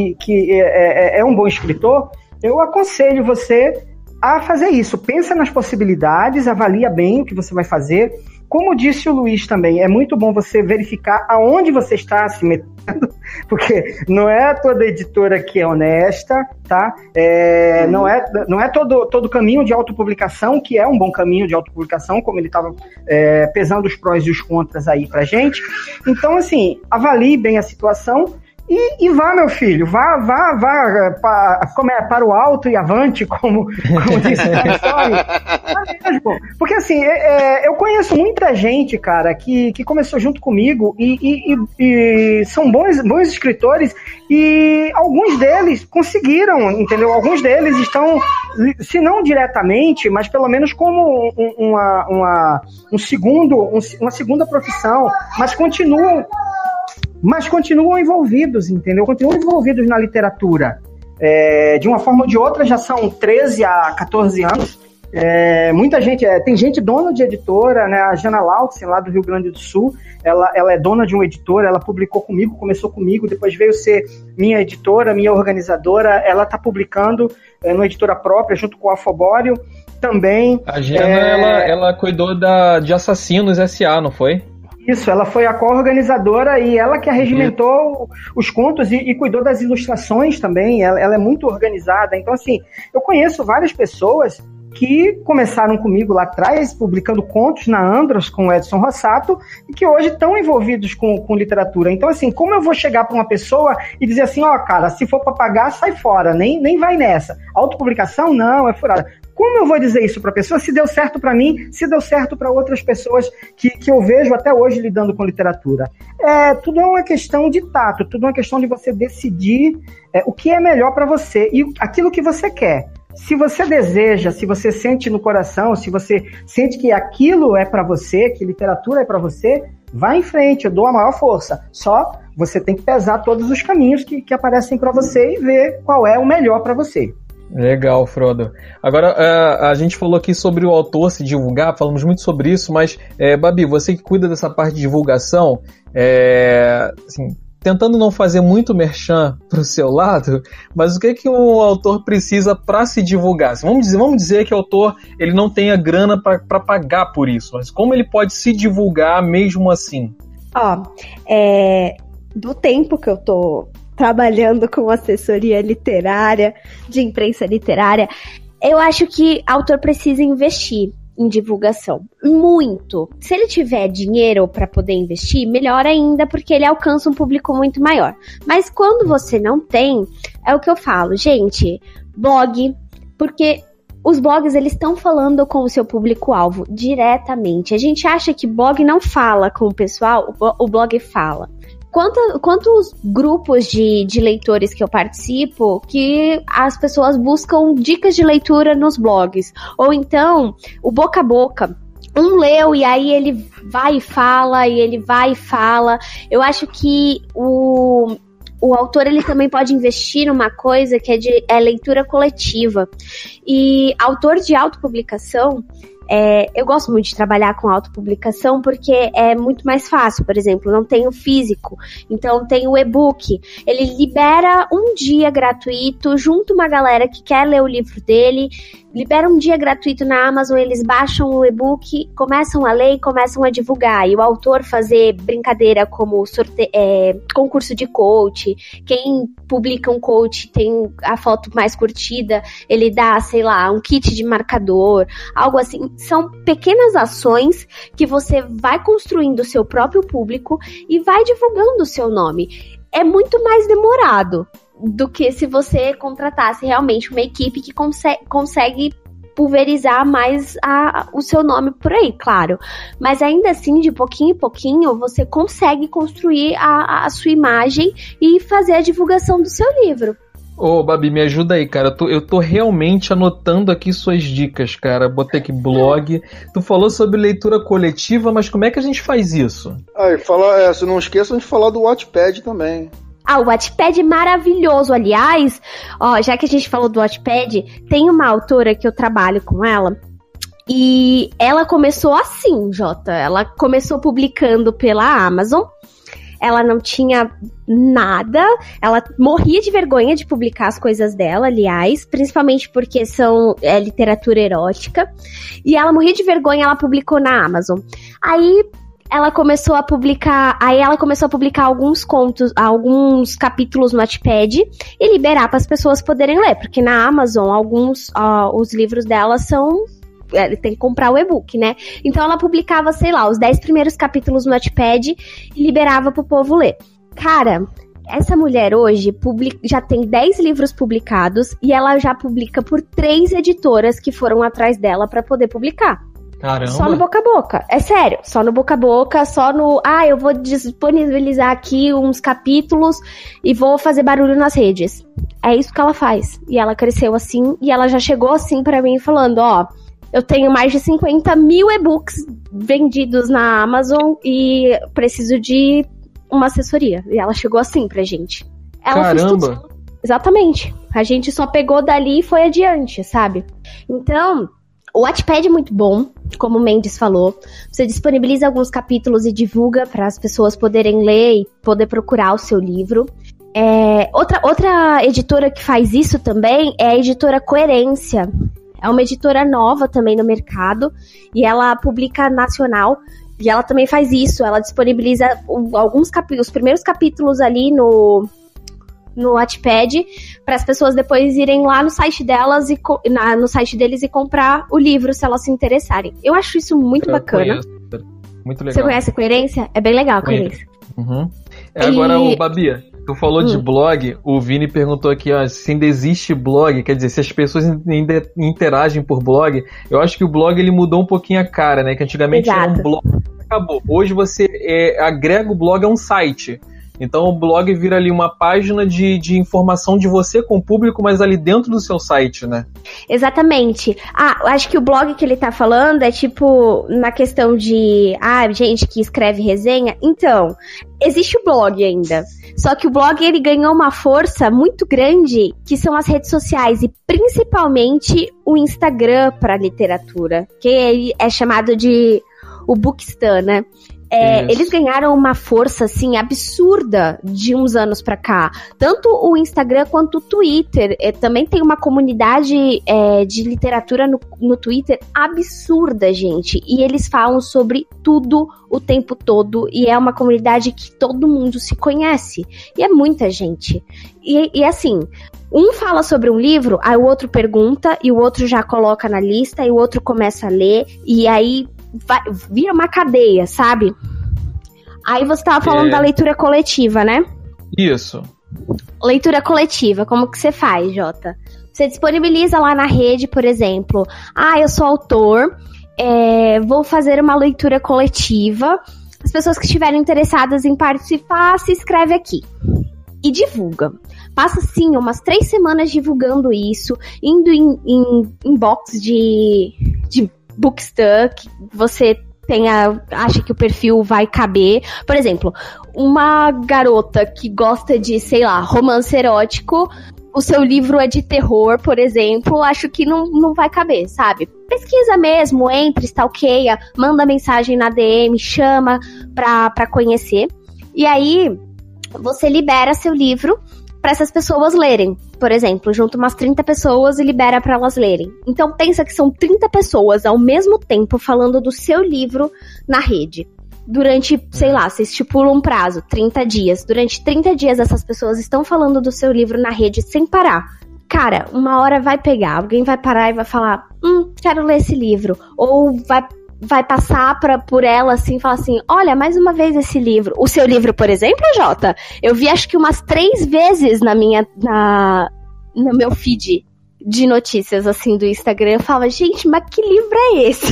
é um bom escritor, eu aconselho você a fazer isso. Pensa nas possibilidades, avalia bem o que você vai fazer. Como disse o Luiz também, é muito bom você verificar aonde você está se metendo, porque não é toda editora que é honesta, tá? Não é todo caminho de autopublicação que é um bom caminho de autopublicação, como ele estava pesando os prós e os contras aí pra gente. Então, assim, avalie bem a situação. E vá, meu filho, vá para o alto e avante, como disse a história. Porque assim, eu conheço muita gente, cara, que começou junto comigo e são bons escritores e alguns deles conseguiram, entendeu? Alguns deles estão, se não diretamente, mas pelo menos como uma segunda profissão, mas continuam envolvidos, entendeu? Continuam envolvidos na literatura. De uma forma ou de outra, já são 13 a 14 anos. Muita gente, tem gente dona de editora, né? A Jana Lautzen, lá do Rio Grande do Sul, ela é dona de uma editora, ela publicou comigo, começou comigo, depois veio ser minha editora, minha organizadora. Ela está publicando numa editora própria, junto com a Afobório também. A Jana, ela cuidou de Assassinos S.A., não foi? Isso, ela foi a co-organizadora e ela que arregimentou os contos e cuidou das ilustrações também. Ela é muito organizada. Então, assim, eu conheço várias pessoas que começaram comigo lá atrás, publicando contos na Andros com o Edson Rossato, e que hoje estão envolvidos com literatura. Então, assim, como eu vou chegar para uma pessoa e dizer assim, cara, se for para pagar, sai fora, nem vai nessa. Autopublicação, não, é furada. Como eu vou dizer isso para a pessoa se deu certo para mim, se deu certo para outras pessoas que eu vejo até hoje lidando com literatura? Tudo é uma questão de tato, tudo é uma questão de você decidir o que é melhor para você e aquilo que você quer. Se você deseja, se você sente no coração, se você sente que aquilo é para você, que literatura é para você, vá em frente, eu dou a maior força. Só você tem que pesar todos os caminhos que aparecem para você e ver qual é o melhor para você. Legal, Frodo. Agora, a gente falou aqui sobre o autor se divulgar, falamos muito sobre isso, mas, Babi, você que cuida dessa parte de divulgação, assim, tentando não fazer muito merchan pro seu lado, mas o que o autor precisa para se divulgar? Vamos dizer que o autor ele não tenha grana para pagar por isso, mas como ele pode se divulgar mesmo assim? Do tempo que eu tô trabalhando com assessoria literária, de imprensa literária, eu acho que o autor precisa investir em divulgação. Muito. Se ele tiver dinheiro para poder investir, melhor ainda, porque ele alcança um público muito maior. Mas quando você não tem, é o que eu falo, gente, blog, porque os blogs, eles estão falando com o seu público-alvo diretamente. A gente acha que blog não fala com o pessoal, o blog fala. Quantos grupos de leitores que eu participo que as pessoas buscam dicas de leitura nos blogs? Ou então, o boca a boca. Um leu e aí ele vai e fala, e ele vai e fala. Eu acho que o autor, ele também pode investir numa coisa que é leitura coletiva. E autor de autopublicação, eu gosto muito de trabalhar com autopublicação porque é muito mais fácil. Por exemplo, não tem o físico, então tem o e-book. Ele libera um dia gratuito, junta uma galera que quer ler o livro dele, libera um dia gratuito na Amazon, eles baixam o e-book, começam a ler e começam a divulgar. E o autor fazer brincadeira como concurso de coach. Quem publica um coach tem a foto mais curtida, ele dá, sei lá, um kit de marcador, algo assim. São pequenas ações que você vai construindo o seu próprio público e vai divulgando o seu nome. É muito mais demorado do que se você contratasse realmente uma equipe que consegue pulverizar mais o seu nome por aí, claro. Mas ainda assim, de pouquinho em pouquinho, você consegue construir a sua imagem e fazer a divulgação do seu livro. Ô, Babi, me ajuda aí, cara. Eu tô realmente anotando aqui suas dicas, cara. Botei aqui blog. Tu falou sobre leitura coletiva, mas como é que a gente faz isso? Se não esqueçam de falar do Wattpad também. O Wattpad é maravilhoso. Aliás, já que a gente falou do Wattpad, tem uma autora que eu trabalho com ela, e ela começou assim, Jota. Ela começou publicando pela Amazon. Ela não tinha nada, ela morria de vergonha de publicar as coisas dela, aliás, principalmente porque é literatura erótica, e ela morria de vergonha, ela publicou na Amazon. Aí ela começou a publicar alguns contos, alguns capítulos no Wattpad e liberar para as pessoas poderem ler, porque na Amazon os livros dela tem que comprar o e-book, né? Então ela publicava, sei lá, os 10 primeiros capítulos no Wattpad e liberava pro povo ler. Cara, essa mulher hoje já tem 10 livros publicados e ela já publica por 3 editoras que foram atrás dela pra poder publicar. Caramba. Só no boca a boca. É sério, só no boca a boca, eu vou disponibilizar aqui uns capítulos e vou fazer barulho nas redes. É isso que ela faz. E ela cresceu assim, e ela já chegou assim pra mim falando, eu tenho mais de 50 mil e-books vendidos na Amazon e preciso de uma assessoria. E ela chegou assim pra gente. Ela Caramba! fez tudo. Exatamente. A gente só pegou dali e foi adiante, sabe? Então, o Wattpad é muito bom, como o Mendes falou. Você disponibiliza alguns capítulos e divulga para as pessoas poderem ler e poder procurar o seu livro. Outra editora que faz isso também é a editora Coerência. É uma editora nova também no mercado e ela publica nacional e ela também faz isso. Ela disponibiliza os primeiros capítulos ali no Wattpad para as pessoas depois irem lá no site delas no site deles e comprar o livro se elas se interessarem. Eu acho isso muito bacana. Muito legal. Você conhece a Coerência? É bem legal a Coerência. Uhum. Agora, Babi, tu falou de blog, o Vini perguntou aqui, se ainda existe blog, quer dizer, se as pessoas ainda interagem por blog. Eu acho que o blog ele mudou um pouquinho a cara, né? Que antigamente era um blog, acabou. Hoje você agrega o blog a um site. Então o blog vira ali uma página de informação de você com o público, mas ali dentro do seu site, né? Exatamente. Acho que o blog que ele tá falando é tipo, na questão de, gente que escreve resenha. Então, existe o blog ainda. Só que o blog, ele ganhou uma força muito grande, que são as redes sociais, e principalmente o Instagram para literatura, que é chamado de o Bookstan, né? Eles ganharam uma força, assim, absurda de uns anos pra cá. Tanto o Instagram quanto o Twitter. Também tem uma comunidade de literatura no Twitter absurda, gente. E eles falam sobre tudo o tempo todo. E é uma comunidade que todo mundo se conhece. E é muita gente. E assim, um fala sobre um livro, aí o outro pergunta, e o outro já coloca na lista, e o outro começa a ler, e aí vira uma cadeia, sabe? Aí você tava falando da leitura coletiva, né? Isso. Leitura coletiva, como que você faz, Jota? Você disponibiliza lá na rede, por exemplo, eu sou autor, vou fazer uma leitura coletiva, as pessoas que estiverem interessadas em participar, se inscreve aqui. E divulga. Passa, sim, umas 3 semanas divulgando isso, indo em inbox de Bookstuck, você acha que o perfil vai caber. Por exemplo, uma garota que gosta de, sei lá, romance erótico, o seu livro é de terror, por exemplo, acho que não vai caber, sabe? Pesquisa mesmo, entra, stalkeia, manda mensagem na DM, chama pra conhecer. E aí, você libera seu livro para essas pessoas lerem. Por exemplo, junta umas 30 pessoas e libera para elas lerem. Então pensa que são 30 pessoas ao mesmo tempo falando do seu livro na rede. Durante, sei lá, você estipula um prazo, 30 dias. Durante 30 dias essas pessoas estão falando do seu livro na rede sem parar. Cara, uma hora vai pegar, alguém vai parar e vai falar, quero ler esse livro. Ou vai passar por ela assim, falar assim, olha, mais uma vez esse livro. O seu livro, por exemplo, Jota, eu vi acho que umas 3 vezes no meu feed de notícias, assim, do Instagram. Eu falava, gente, mas que livro é esse?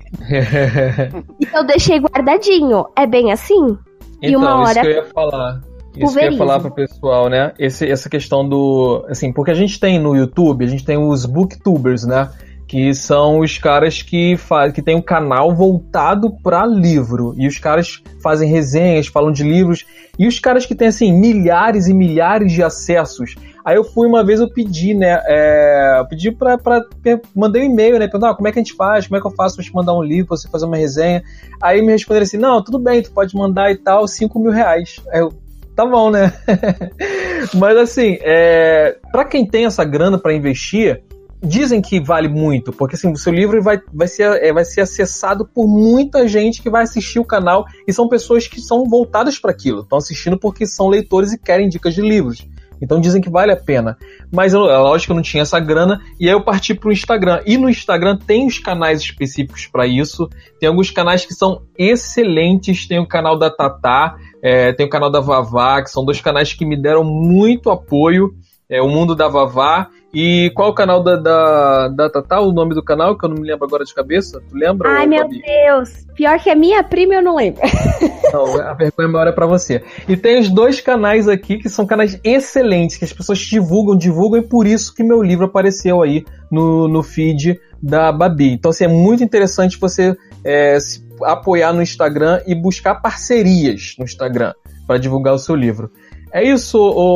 E eu deixei guardadinho. É bem assim? Então, e uma hora... isso que eu ia falar. Isso que eu ia falar pro pessoal, né? Essa questão do... Assim, porque a gente tem no YouTube, a gente tem os booktubers, né? Que são os caras que tem um canal voltado para livro. E os caras fazem resenhas, falam de livros. E os caras que têm, assim, milhares e milhares de acessos. Aí eu fui uma vez, eu pedi, né? Pedi mandei um e-mail, né? Perguntei, como é que a gente faz? Como é que eu faço pra te mandar um livro, pra você fazer uma resenha? Aí me responderam assim, não, tudo bem, tu pode mandar e tal, R$5.000. Aí eu, tá bom, né? Mas assim, pra quem tem essa grana pra investir, dizem que vale muito, porque assim, o seu livro vai ser acessado por muita gente que vai assistir o canal, e são pessoas que são voltadas para aquilo, estão assistindo porque são leitores e querem dicas de livros. Então dizem que vale a pena. Mas lógico que eu não tinha essa grana, e aí eu parti pro Instagram. E no Instagram tem os canais específicos para isso. Tem alguns canais que são excelentes. Tem o canal da Tatá, tem o canal da Vavá, que são 2 canais que me deram muito apoio. O Mundo da Vavá. E qual é o canal da Tatá? O nome do canal, que eu não me lembro agora de cabeça. Tu lembra? Ai, meu Deus. Pior que a minha prima, eu não lembro. Não, a vergonha maior é pra você. E tem os 2 canais aqui, que são canais excelentes, que as pessoas divulgam, e por isso que meu livro apareceu aí no feed da Babi. Então, assim, é muito interessante você se apoiar no Instagram e buscar parcerias no Instagram para divulgar o seu livro. É isso,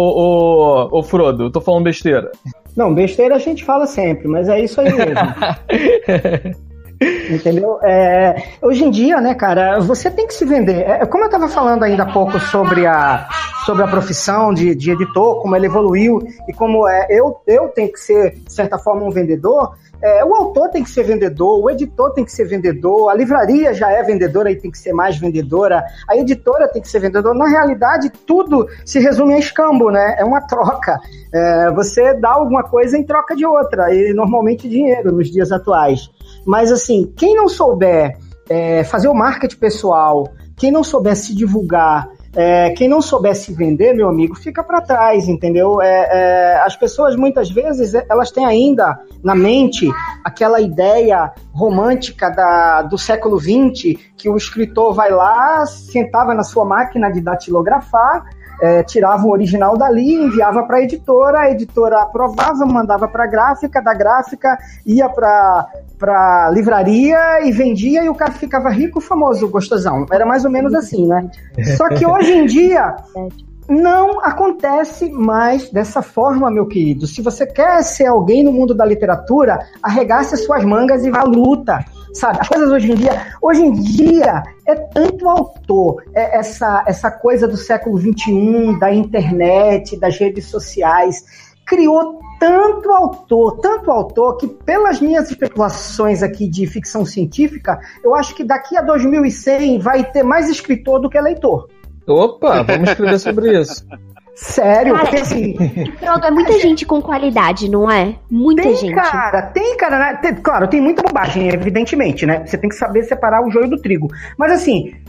ô Frodo? Eu tô falando besteira. Não, besteira a gente fala sempre, mas é isso aí mesmo. Entendeu? Hoje em dia, né, cara, você tem que se vender. Como eu estava falando ainda há pouco sobre a profissão de editor, como ela evoluiu e como eu tenho que ser, de certa forma, um vendedor. O autor tem que ser vendedor, o editor tem que ser vendedor, a livraria já é vendedora e tem que ser mais vendedora, a editora tem que ser vendedora. Na realidade, tudo se resume a escambo, né? É uma troca. Você dá alguma coisa em troca de outra, e normalmente dinheiro nos dias atuais. Mas, assim, quem não souber fazer o marketing pessoal, quem não souber se divulgar, quem não souber se vender, meu amigo, fica para trás, entendeu? As pessoas, muitas vezes, elas têm ainda na mente aquela ideia romântica do século XX, que o escritor vai lá, sentava na sua máquina de datilografar, tirava o original dali, enviava para a editora aprovava, mandava para a gráfica, da gráfica ia para livraria e vendia, e o cara ficava rico, famoso, gostosão. Era mais ou menos assim, né? Só que hoje em dia não acontece mais dessa forma, meu querido. Se você quer ser alguém no mundo da literatura, arregace suas mangas e vá à luta. Sabe, as coisas hoje em dia é tanto autor, essa coisa do século XXI, da internet, das redes sociais, criou tanto autor, que pelas minhas especulações aqui de ficção científica, eu acho que daqui a 2100 vai ter mais escritor do que leitor. Opa, vamos escrever sobre isso. Sério? Cara, porque assim... Pronto, é muita gente com qualidade, não é? Muita gente. Tem, cara, né? Claro, tem muita bobagem, evidentemente, né? Você tem que saber separar o joio do trigo. Mas assim,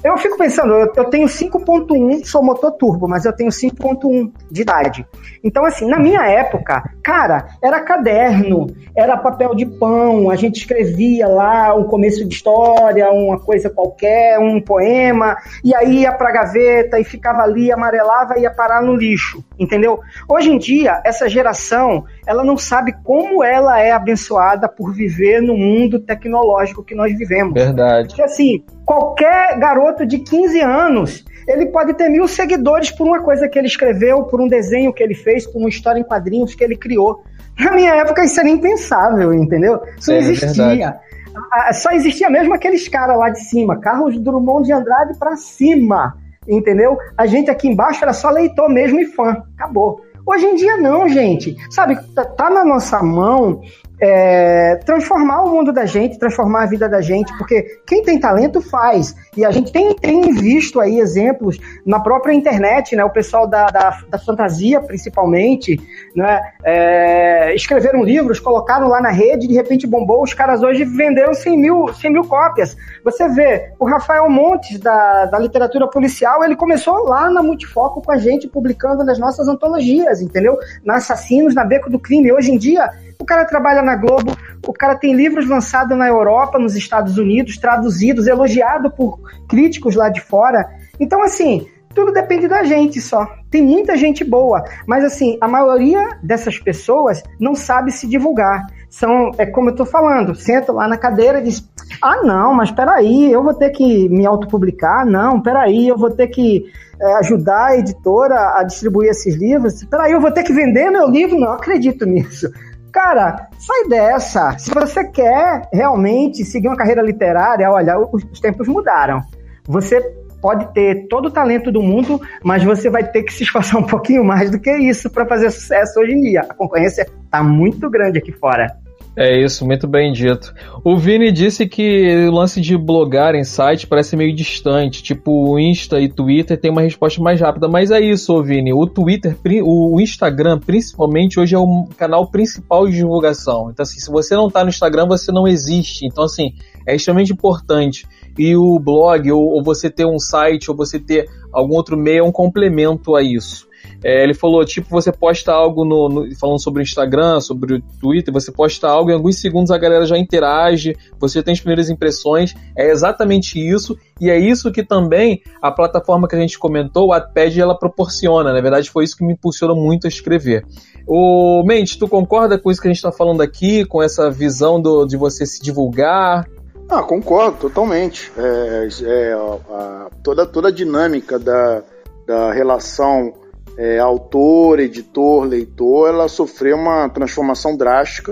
Eu fico pensando, eu tenho 5.1, sou motor turbo, mas eu tenho 5.1 de idade. Então, assim, na minha época, cara, era caderno, era papel de pão, a gente escrevia lá um começo de história, uma coisa qualquer, um poema, e aí ia pra gaveta e ficava ali, amarelava e ia parar no lixo, entendeu? Hoje em dia, essa geração, ela não sabe como ela é abençoada por viver no mundo tecnológico que nós vivemos. Verdade. Porque, assim, qualquer garoto de 15 anos, ele pode ter 1000 seguidores por uma coisa que ele escreveu, por um desenho que ele fez, por uma história em quadrinhos que ele criou. Na minha época, isso era impensável, entendeu? Isso não existia. Só existia mesmo aqueles caras lá de cima, Carlos Drummond de Andrade pra cima, entendeu? A gente aqui embaixo era só leitor mesmo e fã. Acabou. Hoje em dia não, gente. Sabe, tá na nossa mão transformar o mundo da gente, transformar a vida da gente, porque quem tem talento faz. E a gente tem visto aí exemplos na própria internet, né? O pessoal da fantasia, principalmente, né? Escreveram livros, colocaram lá na rede, de repente bombou, os caras hoje venderam 100 mil cópias. Você vê, o Rafael Montes, da literatura policial, ele começou lá na Multifoco com a gente, publicando nas nossas antologias, entendeu? Na Assassinos, na Beco do Crime. Hoje em dia, o cara trabalha na Globo, o cara tem livros lançados na Europa, nos Estados Unidos, traduzidos, elogiados por críticos lá de fora. Então, assim, tudo depende da gente só. Tem muita gente boa, mas, assim, a maioria dessas pessoas não sabe se divulgar. Como eu tô falando, senta lá na cadeira e diz, não, mas peraí, eu vou ter que me autopublicar? Não, peraí, eu vou ter que ajudar a editora a distribuir esses livros? Peraí, eu vou ter que vender meu livro? Não acredito nisso. Cara, sai dessa. Se você quer realmente seguir uma carreira literária, olha, os tempos mudaram. Você pode ter todo o talento do mundo, mas você vai ter que se esforçar um pouquinho mais do que isso para fazer sucesso hoje em dia. A concorrência está muito grande aqui fora. É isso, muito bem dito. O Vini disse que o lance de blogar em site parece meio distante, tipo o Insta e Twitter tem uma resposta mais rápida, mas é isso, Vini, o Twitter, o Instagram principalmente hoje é o canal principal de divulgação, então assim, se você não tá no Instagram, você não existe, então assim, é extremamente importante, e o blog, ou você ter um site, ou você ter algum outro meio, é um complemento a isso. Ele falou, tipo, você posta algo falando sobre o Instagram, sobre o Twitter, você posta algo, em alguns segundos a galera já interage, você tem as primeiras impressões, é exatamente isso, e é isso que também a plataforma que a gente comentou, o Wattpad, ela proporciona, na verdade foi isso que me impulsionou muito a escrever. Mendes, tu concorda com isso que a gente está falando aqui, com essa visão de você se divulgar? Concordo, totalmente. Toda a dinâmica da relação autor, editor, leitor, ela sofreu uma transformação drástica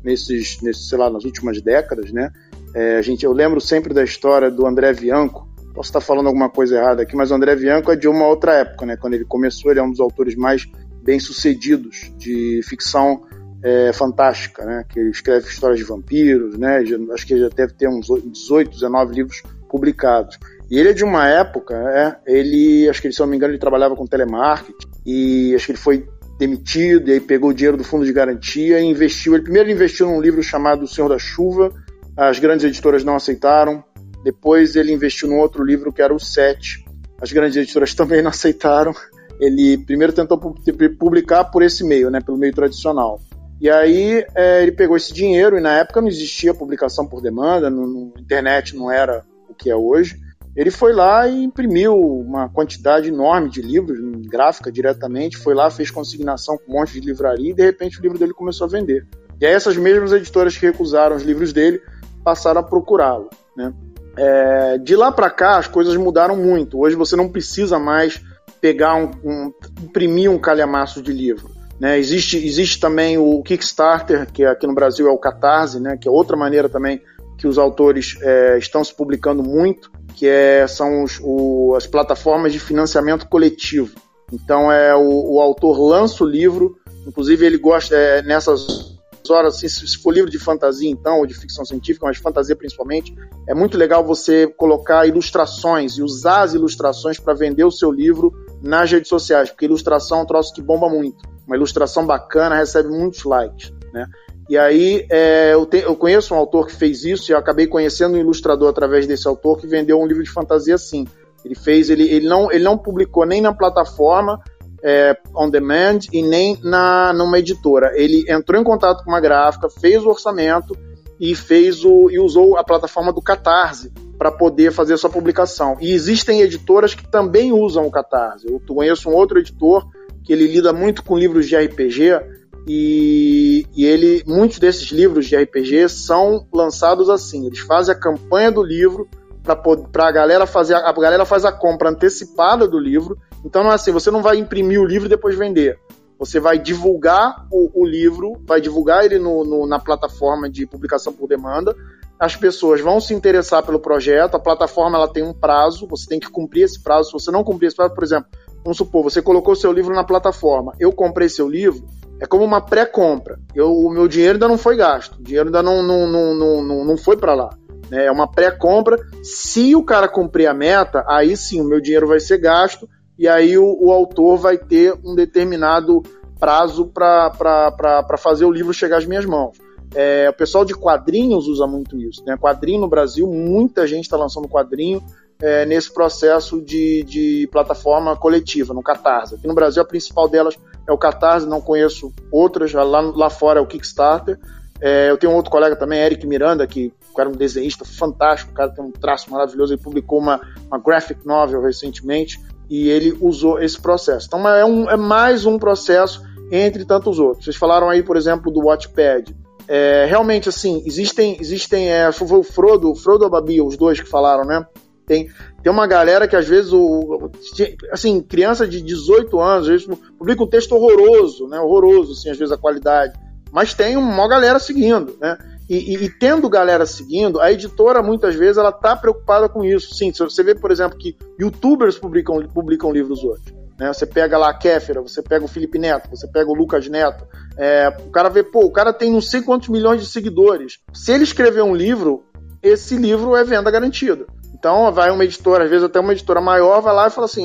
nas últimas décadas, né? Eu lembro sempre da história do André Bianco. Posso estar falando alguma coisa errada aqui, mas o André Bianco é de uma outra época, né? Quando ele começou, ele é um dos autores mais bem-sucedidos de ficção fantástica, né? Que ele escreve histórias de vampiros, né? Acho que ele já deve ter uns 18, 19 livros publicados. E ele é de uma época, acho que, se eu não me engano, ele trabalhava com telemarketing, e acho que ele foi demitido, e aí pegou o dinheiro do fundo de garantia e investiu. Ele primeiro investiu num livro chamado O Senhor da Chuva, as grandes editoras não aceitaram. Depois ele investiu num outro livro que era O Sete, as grandes editoras também não aceitaram. Ele primeiro tentou publicar por esse meio, né, pelo meio tradicional. E aí ele pegou esse dinheiro, e na época não existia publicação por demanda, a internet não era o que é hoje. Ele foi lá e imprimiu uma quantidade enorme de livros, gráfica diretamente, foi lá, fez consignação com um monte de livraria, e de repente o livro dele começou a vender. E aí essas mesmas editoras que recusaram os livros dele passaram a procurá-lo, né? De lá para cá as coisas mudaram muito. Hoje você não precisa mais pegar imprimir um calhamaço de livro, né? Existe também o Kickstarter, que aqui no Brasil é o Catarse, né? Que é outra maneira também que os autores estão se publicando muito, que são as plataformas de financiamento coletivo. Então o autor lança o livro, inclusive ele gosta nessas horas, assim, se for livro de fantasia então, ou de ficção científica, mas de fantasia principalmente, é muito legal você colocar ilustrações e usar as ilustrações para vender o seu livro nas redes sociais, porque ilustração é um troço que bomba muito. Uma ilustração bacana recebe muitos likes, né? E aí eu conheço um autor que fez isso, e eu acabei conhecendo um ilustrador através desse autor que vendeu um livro de fantasia assim. Ele não publicou nem na plataforma on demand e nem numa editora. Ele entrou em contato com uma gráfica, fez o orçamento e usou a plataforma do Catarse para poder fazer a sua publicação. E existem editoras que também usam o Catarse. Eu conheço um outro editor que ele lida muito com livros de RPG e muitos desses livros de RPG são lançados assim. Eles fazem a campanha do livro para a galera fazer. A galera faz a compra antecipada do livro. Então não é assim, você não vai imprimir o livro e depois vender. Você vai divulgar o livro, vai divulgar ele na plataforma de publicação por demanda. As pessoas vão se interessar pelo projeto. A plataforma ela tem um prazo, você tem que cumprir esse prazo. Se você não cumprir esse prazo, por exemplo, vamos supor, você colocou seu livro na plataforma, eu comprei seu livro, é como uma pré-compra. O meu dinheiro ainda não foi gasto, o dinheiro ainda não foi para lá. É uma pré-compra. Se o cara cumprir a meta, aí sim o meu dinheiro vai ser gasto e aí o autor vai ter um determinado prazo para fazer o livro chegar às minhas mãos. O pessoal de quadrinhos usa muito isso, né? Quadrinho no Brasil, muita gente está lançando quadrinho nesse processo de plataforma coletiva, no Catarse. Aqui no Brasil a principal delas é o Catarse, não conheço outras, lá fora é o Kickstarter. Eu tenho um outro colega também, Eric Miranda, que o cara é um desenhista fantástico, o cara tem um traço maravilhoso, ele publicou uma graphic novel recentemente e ele usou esse processo. Então é mais um processo entre tantos outros. Vocês falaram aí, por exemplo, do Wattpad. Realmente, assim, existem foi o Frodo ou a Babi, os dois que falaram, né? Tem uma galera que às vezes, assim, criança de 18 anos, às vezes publica um texto horroroso, né? Horroroso, assim, às vezes a qualidade. Mas tem uma galera seguindo, né? E tendo galera seguindo, a editora muitas vezes ela está preocupada com isso. Sim, você vê, por exemplo, que youtubers publicam livros hoje, né? Você pega lá a Kéfera, você pega o Felipe Neto, você pega o Lucas Neto, o cara vê, o cara tem não sei quantos milhões de seguidores. Se ele escrever um livro, esse livro é venda garantida. Então vai uma editora, às vezes até uma editora maior, vai lá e fala assim,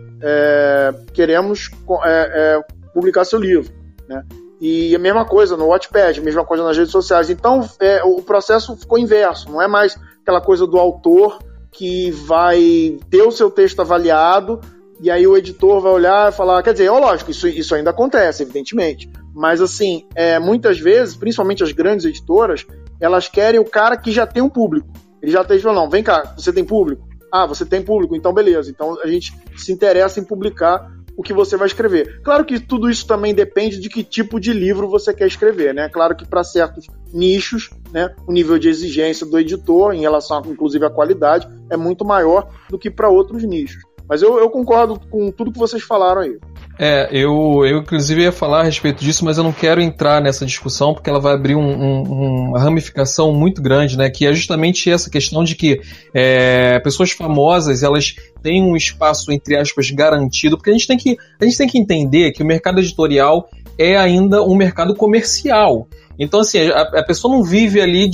queremos publicar seu livro, né? E a mesma coisa no Wattpad, a mesma coisa nas redes sociais. Então o processo ficou inverso, não é mais aquela coisa do autor que vai ter o seu texto avaliado e aí o editor vai olhar e falar, quer dizer, lógico, isso ainda acontece, evidentemente, mas assim, muitas vezes, principalmente as grandes editoras, elas querem o cara que já tem um público. Ele já tem, não, vem cá, você tem público? Ah, você tem público, então beleza, então a gente se interessa em publicar o que você vai escrever. Claro que tudo isso também depende de que tipo de livro você quer escrever, né? Claro que para certos nichos, né, o nível de exigência do editor, em relação, inclusive, à qualidade, é muito maior do que para outros nichos. Mas eu concordo com tudo que vocês falaram aí. Eu inclusive ia falar a respeito disso, mas eu não quero entrar nessa discussão porque ela vai abrir uma ramificação muito grande, né? Que é justamente essa questão de que pessoas famosas, elas têm um espaço, entre aspas, garantido, porque a gente tem que entender que o mercado editorial é ainda um mercado comercial. Então, assim, a pessoa não vive ali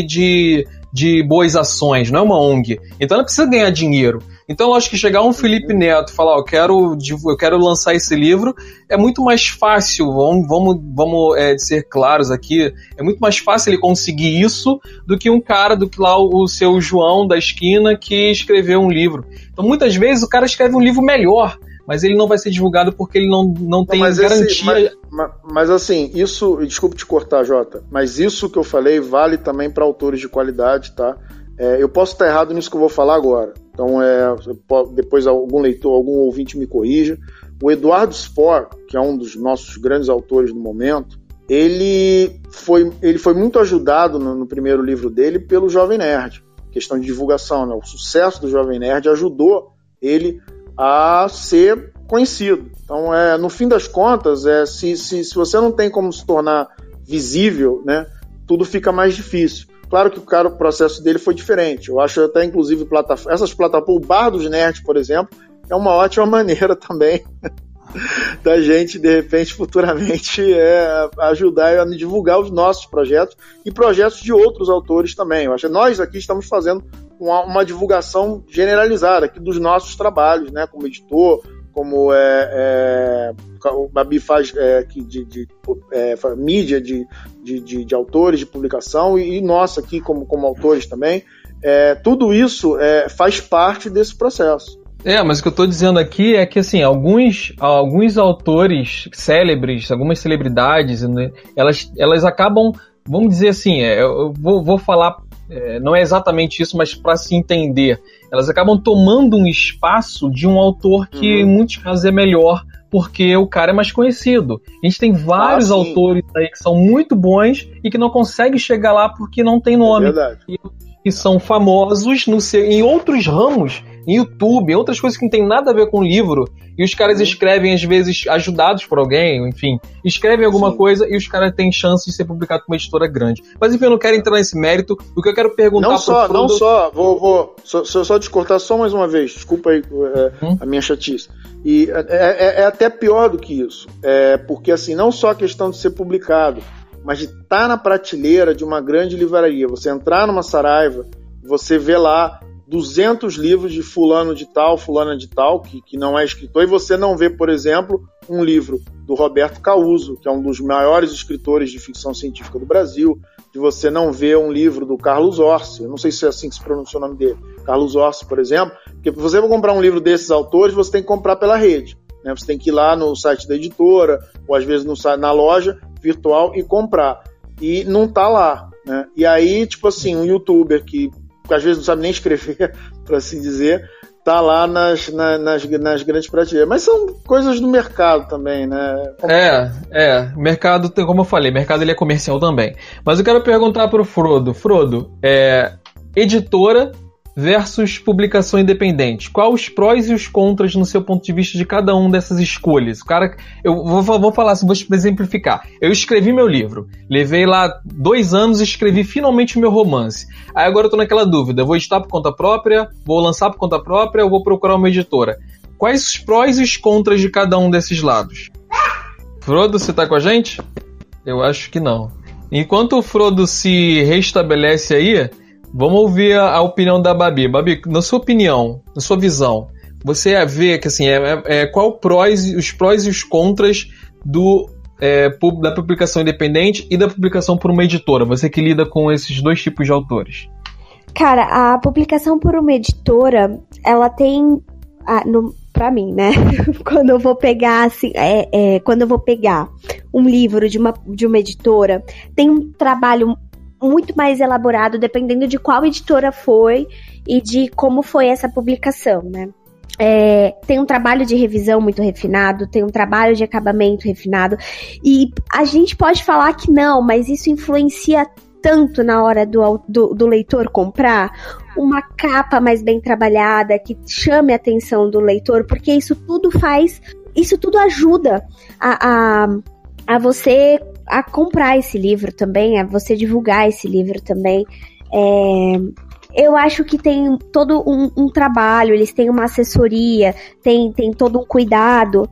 de boas ações, não é uma ONG. Então ela precisa ganhar dinheiro. Então, eu acho que chegar um Felipe Neto e falar, eu quero lançar esse livro, é muito mais fácil, vamos ser claros aqui, é muito mais fácil ele conseguir isso do que lá o seu João da esquina que escreveu um livro. Então, muitas vezes o cara escreve um livro melhor, mas ele não vai ser divulgado porque ele não tem garantia. Mas assim, isso, desculpe te cortar, Jota, mas isso que eu falei vale também para autores de qualidade, tá? Eu posso estar errado nisso que eu vou falar agora. Então, depois algum leitor, algum ouvinte me corrija. O Eduardo Spohr, que é um dos nossos grandes autores no momento, ele foi muito ajudado no primeiro livro dele pelo Jovem Nerd. Questão de divulgação, né? O sucesso do Jovem Nerd ajudou ele a ser conhecido. Então, no fim das contas, se você não tem como se tornar visível, né, tudo fica mais difícil. Claro que o processo dele foi diferente. Eu acho até, inclusive, essas plataformas, o Bar dos Nerds, por exemplo, é uma ótima maneira também da gente, de repente, futuramente, ajudar a divulgar os nossos projetos e projetos de outros autores também. Eu acho que nós aqui estamos fazendo uma divulgação generalizada aqui dos nossos trabalhos, né, como editor, como o Babi faz mídia de autores de publicação e nós aqui como autores também. Tudo isso faz parte desse processo. Mas o que eu tô dizendo aqui é que, assim, alguns autores célebres, algumas celebridades, né, elas acabam, vamos dizer assim, eu vou falar, não é exatamente isso, mas para se entender, elas acabam tomando um espaço de um autor que, em muitos casos, é melhor, porque o cara é mais conhecido. A gente tem vários autores aí que são muito bons e que não conseguem chegar lá porque não tem nome. É verdade. Que são famosos em outros ramos, em YouTube, em outras coisas que não tem nada a ver com o livro, e os caras escrevem, às vezes, ajudados por alguém, enfim, escrevem alguma coisa e os caras têm chance de ser publicado por uma editora grande. Mas, enfim, eu não quero entrar nesse mérito. O que eu quero perguntar só te cortar só mais uma vez, desculpa aí a minha chatice. E é até pior do que isso, porque, assim, não só a questão de ser publicado, mas de estar na prateleira de uma grande livraria. Você entrar numa Saraiva, você vê lá 200 livros de fulana de tal, que não é escritor, e você não vê, por exemplo, um livro do Roberto Causo, que é um dos maiores escritores de ficção científica do Brasil, de você não ver um livro do Carlos Orsi, eu não sei se é assim que se pronuncia o nome dele, Carlos Orsi, por exemplo, porque se você for comprar um livro desses autores, você tem que comprar pela rede. Você tem que ir lá no site da editora, ou às vezes na loja virtual e comprar. E não tá lá, né? E aí, tipo assim, um youtuber que às vezes não sabe nem escrever, para assim dizer, tá lá nas grandes prateleiras. Mas são coisas do mercado também, né? Mercado, como eu falei, mercado ele é comercial também. Mas eu quero perguntar pro Frodo. Frodo, editora versus publicação independente. Quais os prós e os contras no seu ponto de vista de cada uma dessas escolhas? Eu vou falar assim, vou exemplificar. Eu escrevi meu livro, levei lá 2 anos e escrevi finalmente o meu romance. Aí agora eu tô naquela dúvida, vou editar por conta própria, vou lançar por conta própria ou vou procurar uma editora? Quais os prós e os contras de cada um desses lados? Frodo, você tá com a gente? Eu acho que não. Enquanto o Frodo se restabelece aí, vamos ouvir a opinião da Babi. Babi, na sua opinião, na sua visão, você vê que assim, qual os prós e os contras da publicação independente e da publicação por uma editora? Você que lida com esses dois tipos de autores. Cara, a publicação por uma editora, ela tem, pra mim, né? Quando eu vou pegar assim, quando eu vou pegar um livro de uma editora, tem um trabalho muito mais elaborado, dependendo de qual editora foi e de como foi essa publicação, né? Tem um trabalho de revisão muito refinado, tem um trabalho de acabamento refinado, e a gente pode falar que não, mas isso influencia tanto na hora do leitor comprar uma capa mais bem trabalhada, que chame a atenção do leitor, porque isso tudo ajuda a você a comprar esse livro também, a você divulgar esse livro também. Eu acho que tem todo um trabalho, eles têm uma assessoria, tem todo um cuidado,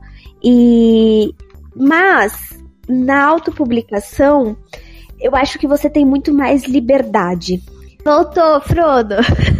mas na autopublicação eu acho que você tem muito mais liberdade. Voltou, Frodo!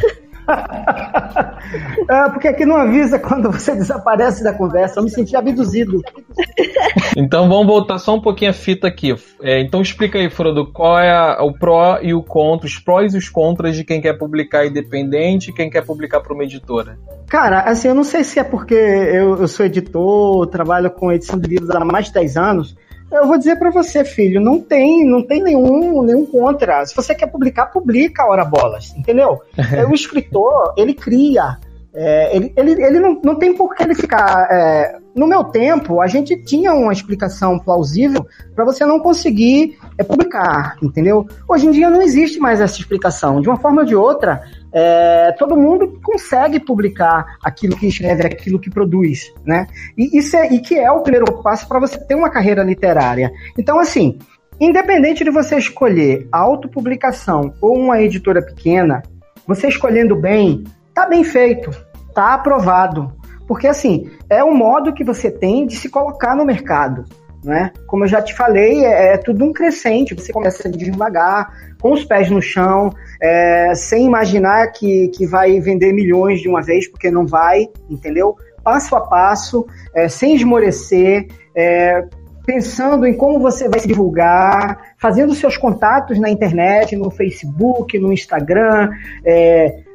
Porque aqui não avisa quando você desaparece da conversa. Eu me senti abduzido. Então vamos voltar só um pouquinho a fita aqui. Então explica aí, Frodo, qual é o pró e o contra, os prós e os contras de quem quer publicar independente e quem quer publicar para uma editora. Cara, assim, eu não sei se é porque eu sou editor, trabalho com edição de livros há mais de 10 anos. Eu vou dizer pra você, filho, não tem nenhum contra. Se você quer publicar, publica, ora bolas, entendeu? O escritor, ele cria, ele não tem por que ele ficar... No meu tempo, a gente tinha uma explicação plausível para você não conseguir publicar, entendeu? Hoje em dia não existe mais essa explicação. De uma forma ou de outra, todo mundo consegue publicar aquilo que escreve, aquilo que produz, né? E que é o primeiro passo para você ter uma carreira literária. Então, assim, independente de você escolher a autopublicação ou uma editora pequena, você escolhendo bem, tá bem feito, tá aprovado. Porque, assim, é o modo que você tem de se colocar no mercado, né? Como eu já te falei, é tudo um crescente. Você começa devagar, com os pés no chão, sem imaginar que vai vender milhões de uma vez, porque não vai, entendeu? Passo a passo, sem esmorecer, pensando em como você vai se divulgar, fazendo seus contatos na internet, no Facebook, no Instagram,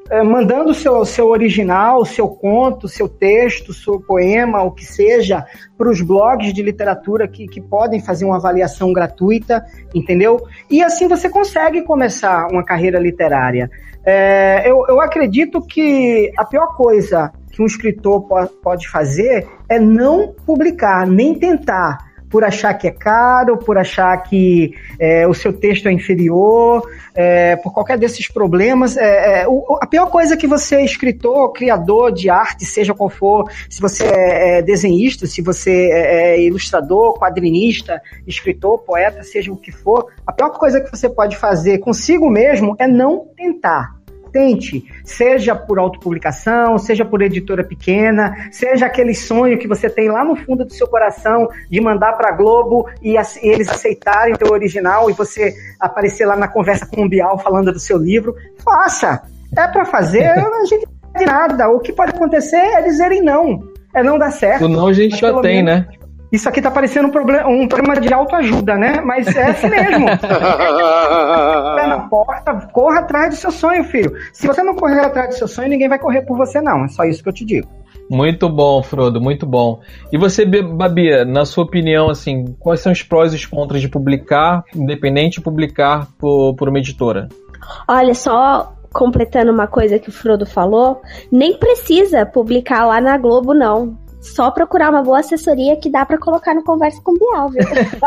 mandando o seu original, o seu conto, o seu texto, o seu poema, o que seja, para os blogs de literatura que podem fazer uma avaliação gratuita, entendeu? E assim você consegue começar uma carreira literária. Eu acredito que a pior coisa que um escritor pode fazer é não publicar, nem tentar, por achar que é caro, por achar que o seu texto é inferior, por qualquer desses problemas. A pior coisa que você, escritor, criador de arte, seja qual for, se você é desenhista, se você é ilustrador, quadrinista, escritor, poeta, seja o que for, a pior coisa que você pode fazer consigo mesmo é não tentar. Tente, seja por autopublicação, seja por editora pequena, seja aquele sonho que você tem lá no fundo do seu coração de mandar para a Globo e eles aceitarem o teu original e você aparecer lá na conversa com o Bial falando do seu livro. Faça! É para fazer, a gente não perde nada. O que pode acontecer é dizerem não. É não dar certo. O não a gente já tem, né? Isso aqui tá parecendo um programa de autoajuda, né? Mas é assim mesmo. Pé na porta, corra atrás do seu sonho, filho. Se você não correr atrás do seu sonho, ninguém vai correr por você, não. É só isso que eu te digo. Muito bom, Frodo, muito bom. E você, Babi, na sua opinião, assim, quais são os prós e os contras de publicar, independente de publicar por uma editora? Olha, só completando uma coisa que o Frodo falou, nem precisa publicar lá na Globo, não. Só procurar uma boa assessoria que dá pra colocar no Conversa com o Bial, viu?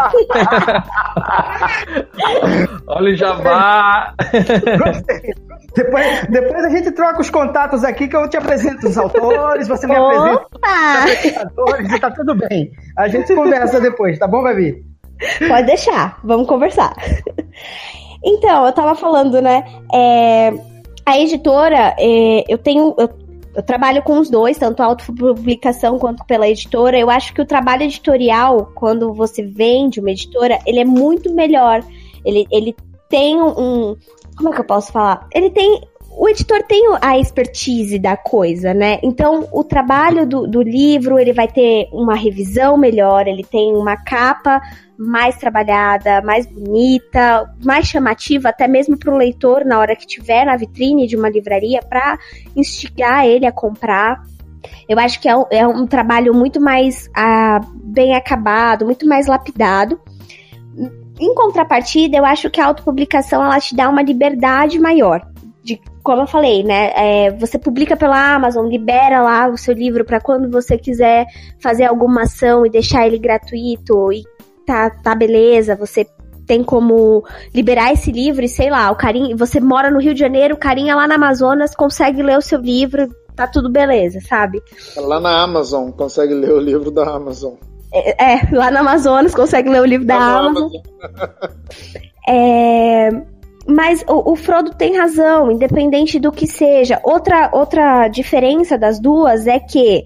Olha o jabá! Gostei. Depois a gente troca os contatos aqui que eu te apresento os autores, você me apresenta os apresentadores e tá tudo bem. A gente conversa depois, tá bom, Babi? Pode deixar, vamos conversar. Então, eu tava falando, né? A editora, eu trabalho com os dois, tanto a autopublicação quanto pela editora. Eu acho que o trabalho editorial, quando você vende uma editora, ele é muito melhor. Ele tem como é que eu posso falar? O editor tem a expertise da coisa, né? Então, o trabalho do livro, ele vai ter uma revisão melhor, ele tem uma capa mais trabalhada, mais bonita, mais chamativa, até mesmo para o leitor, na hora que tiver na vitrine de uma livraria, para instigar ele a comprar. Eu acho que é um trabalho muito mais bem acabado, muito mais lapidado. Em contrapartida, eu acho que a autopublicação, ela te dá uma liberdade maior. Como eu falei, né? Você publica pela Amazon, libera lá o seu livro para quando você quiser fazer alguma ação e deixar ele gratuito e tá beleza, você tem como liberar esse livro e sei lá, você mora no Rio de Janeiro, o carinha lá na Amazonas consegue ler o seu livro, tá tudo beleza, sabe? Lá na Amazon, consegue ler o livro da Amazon. Lá na Amazonas consegue ler o livro da Amazon. Mas o Frodo tem razão, independente do que seja. Outra diferença das duas é que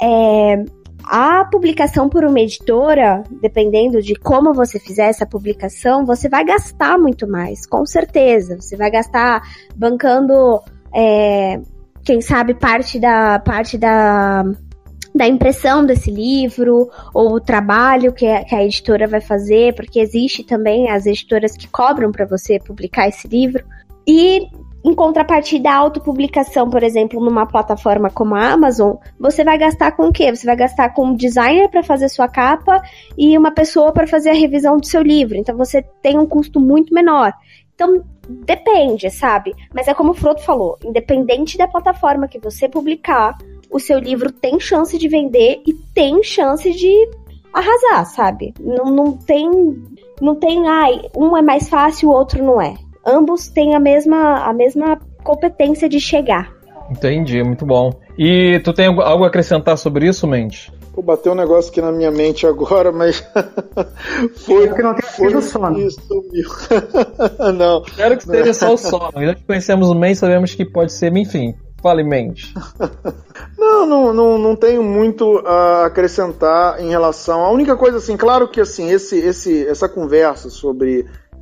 a publicação por uma editora, dependendo de como você fizer essa publicação, você vai gastar muito mais, com certeza. Você vai gastar bancando, quem sabe, parte da impressão desse livro, ou o trabalho que a editora vai fazer, porque existe também as editoras que cobram para você publicar esse livro. E, em contrapartida, a autopublicação, por exemplo, numa plataforma como a Amazon, você vai gastar com o quê? Você vai gastar com um designer para fazer sua capa e uma pessoa para fazer a revisão do seu livro. Então, você tem um custo muito menor. Então, depende, sabe? Mas é como o Frodo falou, independente da plataforma que você publicar, o seu livro tem chance de vender e tem chance de arrasar, sabe? Não tem, um é mais fácil, o outro não é. Ambos têm a mesma competência de chegar. Entendi, muito bom. E tu tem algo a acrescentar sobre isso, Mendes? Bateu um negócio aqui na minha mente agora, mas foi que não tem sono. Isso, não. Espero que seja só o sono. Ainda que conhecemos o Mendes, sabemos que pode ser, enfim. Fale, Mendes. Não tenho muito a acrescentar em relação. A única coisa, assim, claro que assim, essa conversa sobre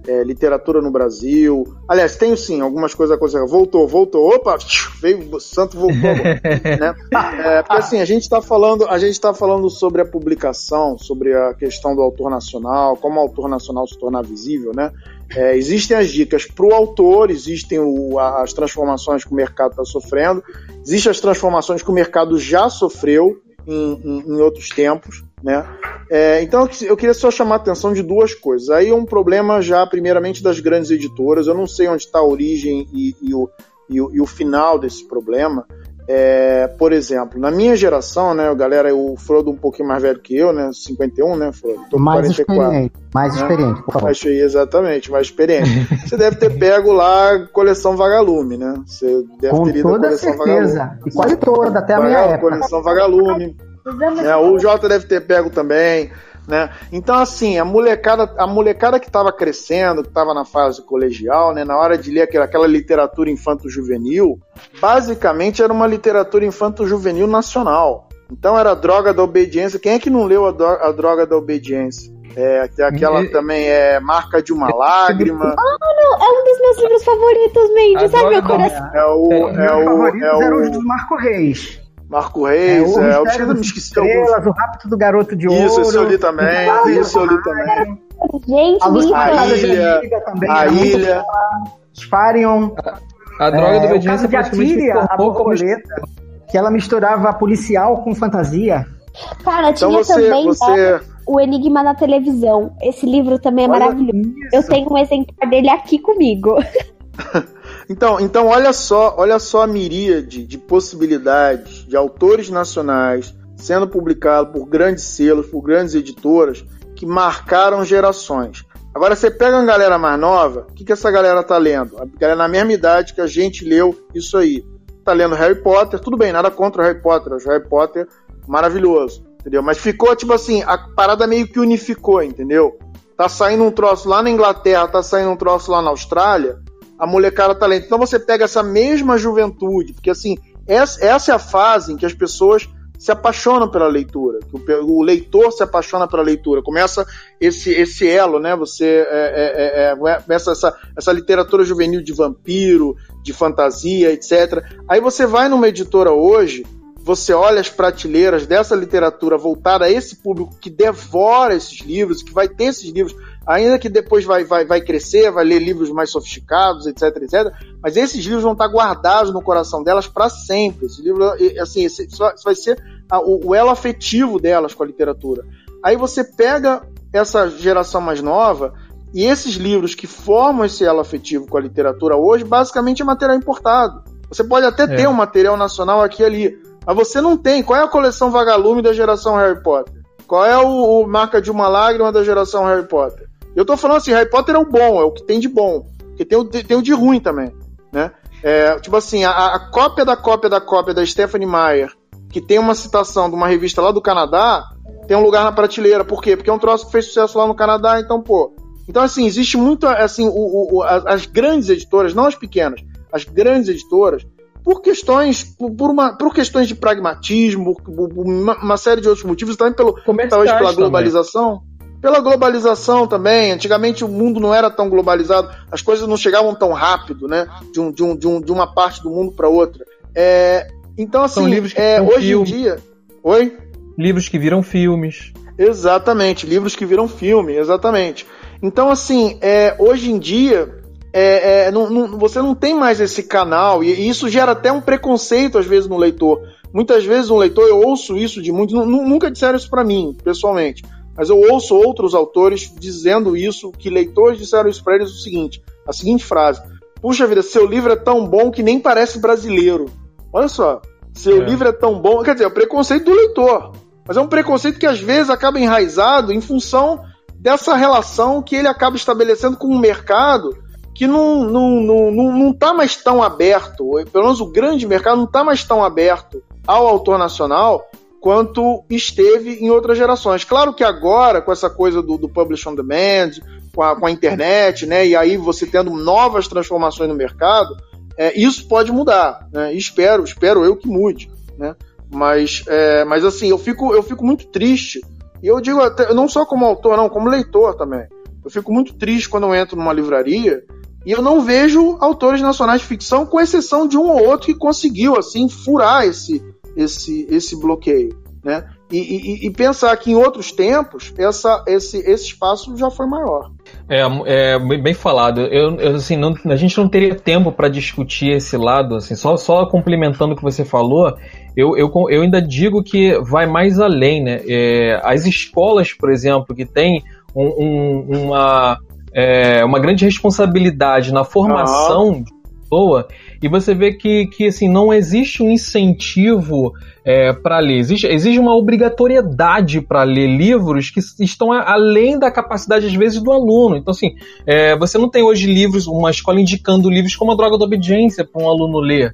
literatura no Brasil. Aliás, tenho sim, algumas coisas aconteceram. Voltou, opa, veio, o santo voltou. Né? Porque assim, a gente está falando sobre a publicação, sobre a questão do autor nacional, como o autor nacional se tornar visível, né? Existem as dicas para o autor, existem as transformações que o mercado está sofrendo, existem as transformações que o mercado já sofreu em outros tempos, né? Então eu queria só chamar a atenção de duas coisas. Aí é um problema já, primeiramente, das grandes editoras. Eu não sei onde está a origem e o final desse problema. Por exemplo, na minha geração, né, galera, o Frodo um pouquinho mais velho que eu, né, 51, né, Frodo? Tô com 44. Mais experiente, por favor. Exatamente, mais experiente. Você deve ter pego lá a coleção Vagalume, né? Você deve ter lido a coleção certeza. Vagalume. E quase toda, até a minha época. Coleção Vagalume. O Jota deve ter pego também, né? Então, assim, a molecada que estava crescendo, que estava na fase colegial, né, na hora de ler aquela literatura infanto-juvenil, basicamente era uma literatura infanto-juvenil nacional. Então era a Droga da Obediência. Quem é que não leu a Droga da Obediência? Aquela também Marca de uma Lágrima. Não, é um dos meus livros favoritos, Mendes. Sabe meu coração? Eram os do Marco Reis. Marco Reis, o Mistério das Estrelas, O Rapto do Garoto de Ouro. Isso eu li também. Gente, A Ilha. Sparion. A Droga da Obediência praticamente a borboleta, que ela misturava a policial com fantasia. Cara, tinha também O Enigma na Televisão. Esse livro também é maravilhoso. Isso. Eu tenho um exemplar dele aqui comigo. Então olha só a miríade de possibilidades de autores nacionais sendo publicados por grandes selos, por grandes editoras, que marcaram gerações. Agora você pega uma galera mais nova, o que essa galera tá lendo? A galera na mesma idade que a gente leu isso aí. Tá lendo Harry Potter, tudo bem, nada contra o Harry Potter, acho Harry Potter maravilhoso, entendeu? Mas ficou tipo assim, a parada meio que unificou, entendeu? Tá saindo um troço lá na Inglaterra, tá saindo um troço lá na Austrália, a molecada tá lendo. Então você pega essa mesma juventude, porque assim, essa é a fase em que as pessoas se apaixonam pela leitura, que o leitor se apaixona pela leitura, começa esse elo, né? Você começa essa literatura juvenil de vampiro, de fantasia, etc. Aí você vai numa editora hoje, você olha as prateleiras dessa literatura voltada a esse público que devora esses livros, que vai ter esses livros, ainda que depois vai crescer, vai ler livros mais sofisticados, etc, etc. Mas esses livros vão estar guardados no coração delas para sempre. Esse livro, assim, isso vai ser o elo afetivo delas com a literatura. Aí você pega essa geração mais nova e esses livros que formam esse elo afetivo com a literatura hoje, basicamente é material importado. Você pode até ter um material nacional aqui e ali, mas você não tem. Qual é a coleção Vagalume da geração Harry Potter? Qual é o Marca de uma Lágrima da geração Harry Potter? Eu tô falando assim, Harry Potter é o bom, é o que tem de bom. Porque tem o de ruim também, né? Tipo assim, a cópia da Stephenie Meyer, que tem uma citação de uma revista lá do Canadá, tem um lugar na prateleira. Por quê? Porque é um troço que fez sucesso lá no Canadá, então, pô. Então, assim, existe muito, assim, as grandes editoras, não as pequenas, as grandes editoras, por questões de pragmatismo, uma série de outros motivos, também talvez pela globalização. Pela globalização também. Antigamente o mundo não era tão globalizado, as coisas não chegavam tão rápido, né? De uma parte do mundo para outra. Então, assim, hoje em dia... Oi? Livros que viram filmes. Exatamente, livros que viram filme, exatamente. Então, assim, hoje em dia... você não tem mais esse canal, e isso gera até um preconceito às vezes no leitor. Muitas vezes um leitor, eu ouço isso de muitos, nunca disseram isso para mim pessoalmente, mas eu ouço outros autores dizendo isso, que leitores disseram isso para eles a seguinte frase: puxa vida, seu livro é tão bom que nem parece brasileiro. Olha só, seu livro é tão bom, quer dizer, é o preconceito do leitor, mas é um preconceito que às vezes acaba enraizado em função dessa relação que ele acaba estabelecendo com o mercado, que não está mais tão aberto, pelo menos o grande mercado não está mais tão aberto ao autor nacional quanto esteve em outras gerações. Claro que agora, com essa coisa do Publish on Demand, com a internet, né, e aí você tendo novas transformações no mercado, isso pode mudar, né, e espero eu que mude, né, mas assim, eu fico muito triste, e eu digo até, não só como autor, não, como leitor também. Eu fico muito triste quando eu entro numa livraria e eu não vejo autores nacionais de ficção, com exceção de um ou outro que conseguiu, assim, furar esse bloqueio, né? E pensar que em outros tempos esse espaço já foi maior. Bem falado. Assim, a gente não teria tempo para discutir esse lado. Assim, só complementando o que você falou, eu ainda digo que vai mais além, né? As escolas, por exemplo, que têm uma grande responsabilidade na formação de pessoa, e você vê que assim, não existe um incentivo para ler, exige uma obrigatoriedade para ler livros que estão além da capacidade, às vezes, do aluno. Então, assim, você não tem hoje livros, uma escola indicando livros como A Droga da Obediência para um aluno ler.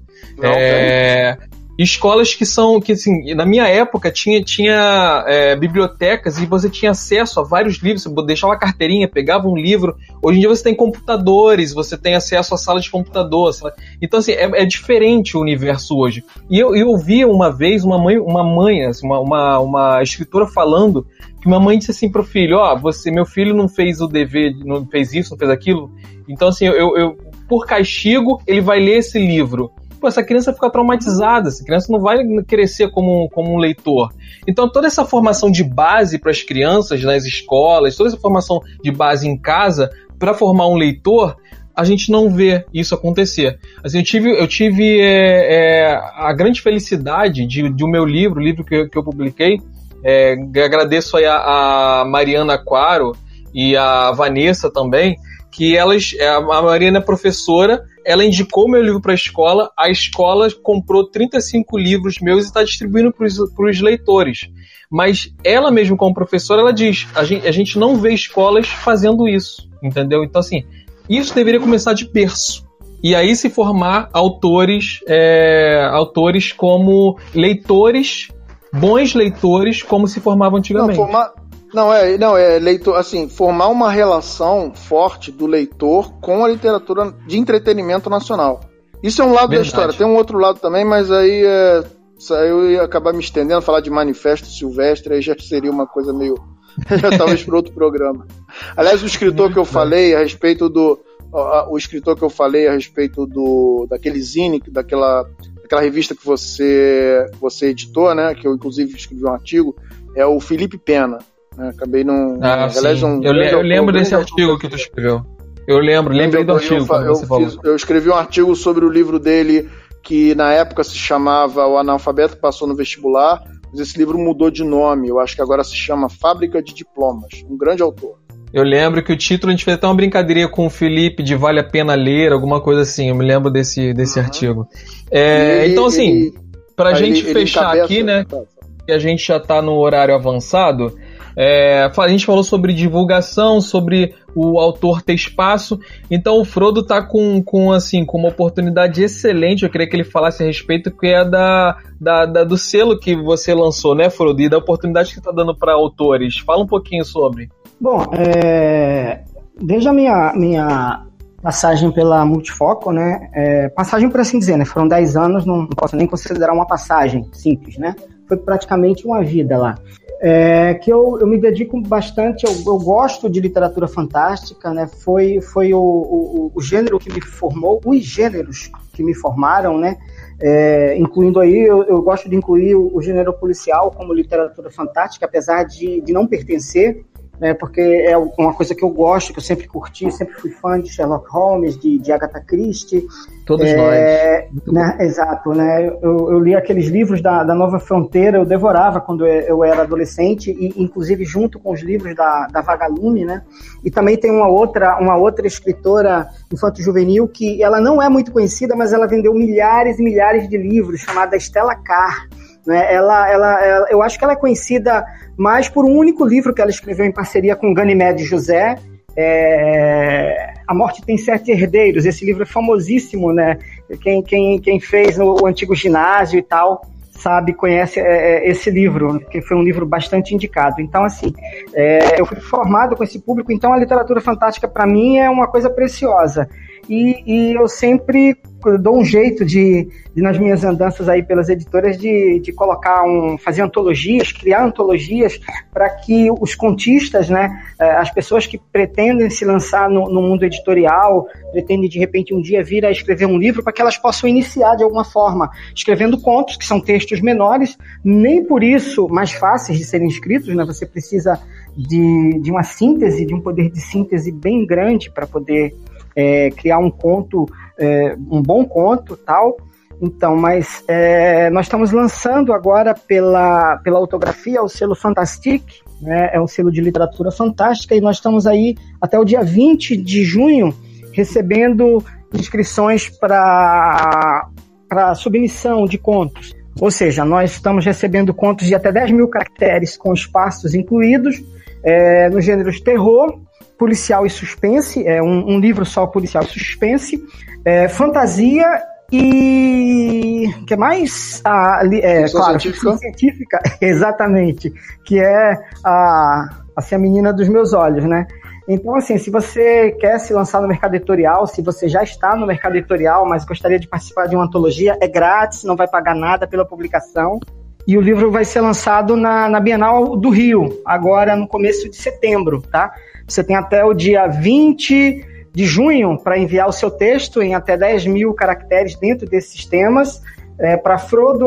Escolas que assim, na minha época tinha bibliotecas e você tinha acesso a vários livros, você deixava a carteirinha, pegava um livro. Hoje em dia você tem computadores, você tem acesso à sala de computador. Então, assim, é diferente o universo hoje. E eu vi uma vez uma mãe, assim, uma escritora falando que uma mãe disse assim pro filho: meu filho não fez o dever, não fez isso, não fez aquilo. Então, assim, eu por castigo, ele vai ler esse livro. Pô, essa criança fica traumatizada, essa criança não vai crescer como um leitor. Então, toda essa formação de base para as crianças nas escolas, toda essa formação de base em casa, para formar um leitor, a gente não vê isso acontecer. Assim, eu tive a grande felicidade de o meu livro, o livro que eu publiquei, agradeço aí a Mariana Aquaro e a Vanessa também, que a Mariana é professora, ela indicou meu livro para a escola comprou 35 livros meus e está distribuindo para os leitores. Mas ela mesma, como professora, ela diz, a gente não vê escolas fazendo isso, entendeu? Então, assim, isso deveria começar de berço. E aí se formar autores como leitores, bons leitores, como se formavam antigamente. Leitor, assim, formar uma relação forte do leitor com a literatura de entretenimento nacional. Isso é um lado da história. Tem um outro lado também, mas aí eu ia acabar me estendendo, falar de Manifesto Silvestre, aí já seria uma coisa meio... talvez para outro programa. Aliás, o escritor que eu falei a respeito daquele zine, daquela revista que você editou, né, que eu inclusive escrevi um artigo, é o Felipe Pena. Acabei não... Aliás, eu lembro desse artigo que tu escreveu. Lembrei do artigo que você falou. Eu escrevi um artigo sobre o livro dele, que na época se chamava O Analfabeto que Passou no Vestibular, mas esse livro mudou de nome. Eu acho que agora se chama Fábrica de Diplomas. Um grande autor. Eu lembro que o título, a gente fez até uma brincadeirinha com o Felipe de Vale a Pena Ler, alguma coisa assim. Eu me lembro desse artigo. Então, assim, pra gente fechar aqui, né, que a gente já tá no horário avançado... a gente falou sobre divulgação, sobre o autor ter espaço. Então o Frodo tá com uma oportunidade excelente. Eu queria que ele falasse a respeito, que é do selo que você lançou, né, Frodo? E da oportunidade que tá dando para autores. Fala um pouquinho sobre. Bom, desde a minha passagem pela Multifoco, né, passagem por assim dizer, né, foram 10 anos, não posso nem considerar uma passagem simples, né, foi praticamente uma vida lá. Que eu me dedico bastante, eu gosto de literatura fantástica, né? Foi o gênero que me formou, os gêneros que me formaram, né? Incluindo aí, eu gosto de incluir o gênero policial como literatura fantástica, apesar de não pertencer, né? Porque é uma coisa que eu gosto, que eu sempre curti, sempre fui fã de Sherlock Holmes, de Agatha Christie. Todos nós. Né, exato, né? Eu li aqueles livros da Nova Fronteira, eu devorava quando eu era adolescente, e inclusive junto com os livros da Vagalume, né? E também tem uma outra escritora infanto-juvenil que ela não é muito conhecida, mas ela vendeu milhares e milhares de livros, chamada Stella Carr. Né? Eu acho que ela é conhecida mais por um único livro que ela escreveu em parceria com Ganymede José, A Morte Tem 7 Herdeiros. Esse livro é famosíssimo, né? Quem fez o antigo ginásio e tal, conhece esse livro, que foi um livro bastante indicado. Então, assim, eu fui formado com esse público, então a literatura fantástica, para mim, é uma coisa preciosa. e eu sempre dou um jeito de nas minhas andanças aí pelas editoras, de colocar fazer antologias, criar antologias para que os contistas, né, as pessoas que pretendem se lançar no mundo editorial, pretendem de repente um dia vir a escrever um livro, para que elas possam iniciar de alguma forma, escrevendo contos, que são textos menores, nem por isso mais fáceis de serem escritos, né? Você precisa de uma síntese, de um poder de síntese bem grande para poder criar um conto, um bom conto, tal. Então, mas nós estamos lançando agora pela Autografia o selo Fantastic, né? É um selo de literatura fantástica, e nós estamos aí até o dia 20 de junho recebendo inscrições para submissão de contos. Ou seja, nós estamos recebendo contos de até 10.000 caracteres com espaços incluídos, nos gêneros terror, policial e suspense, um livro só policial e suspense, fantasia e... que mais? Claro, ficção científica, exatamente, que é a menina dos meus olhos, né? Então, assim, se você quer se lançar no mercado editorial, se você já está no mercado editorial, mas gostaria de participar de uma antologia, é grátis, não vai pagar nada pela publicação. E o livro vai ser lançado na Bienal do Rio, agora no começo de setembro, tá? Você tem até o dia 20 de junho para enviar o seu texto em até 10.000 caracteres dentro desses temas, para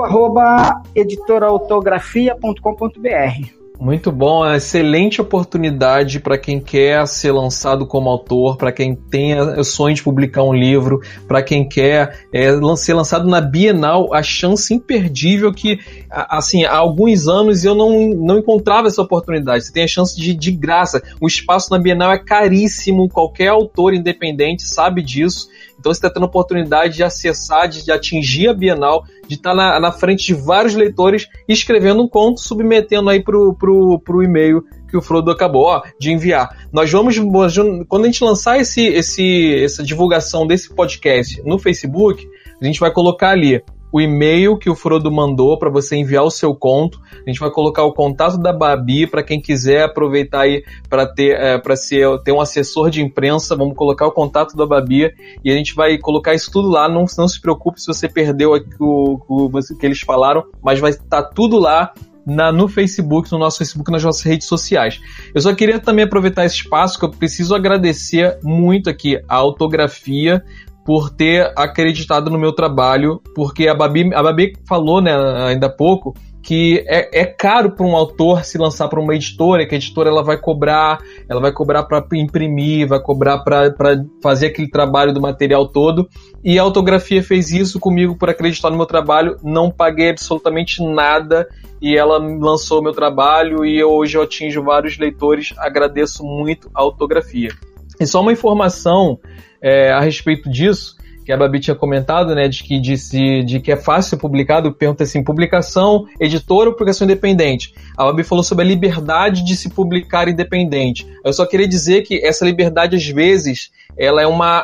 frodo@editoraautografia.com.br. Muito bom, é uma excelente oportunidade para quem quer ser lançado como autor, para quem tem o sonho de publicar um livro, para quem quer ser lançado na Bienal, a chance imperdível que, assim, há alguns anos eu não encontrava essa oportunidade. Você tem a chance de graça. O espaço na Bienal é caríssimo, qualquer autor independente sabe disso. Então você está tendo a oportunidade de acessar, de atingir a Bienal, de estar na frente de vários leitores, escrevendo um conto, submetendo aí pro e-mail que o Frodo acabou de enviar. Nós vamos, quando a gente lançar essa divulgação desse podcast no Facebook, a gente vai colocar ali o e-mail que o Frodo mandou para você enviar o seu conto. A gente vai colocar o contato da Babi para quem quiser aproveitar aí para ter um assessor de imprensa. Vamos colocar o contato da Babi e a gente vai colocar isso tudo lá. Não se preocupe se você perdeu o que eles falaram, mas vai estar tudo lá no Facebook, no nosso Facebook, nas nossas redes sociais. Eu só queria também aproveitar esse espaço, que eu preciso agradecer muito aqui a Autografia por ter acreditado no meu trabalho, porque a Babi falou, né, ainda há pouco, que é caro para um autor se lançar para uma editora, que a editora ela vai cobrar para imprimir, vai cobrar para fazer aquele trabalho do material todo, e a Autografia fez isso comigo por acreditar no meu trabalho, não paguei absolutamente nada, e ela lançou o meu trabalho, e hoje eu atinjo vários leitores, agradeço muito a Autografia. E só uma informação a respeito disso, que a Babi tinha comentado, né, de que é fácil ser publicado. Pergunta assim, publicação editora ou publicação independente? A Babi falou sobre a liberdade de se publicar independente. Eu só queria dizer que essa liberdade, às vezes, ela é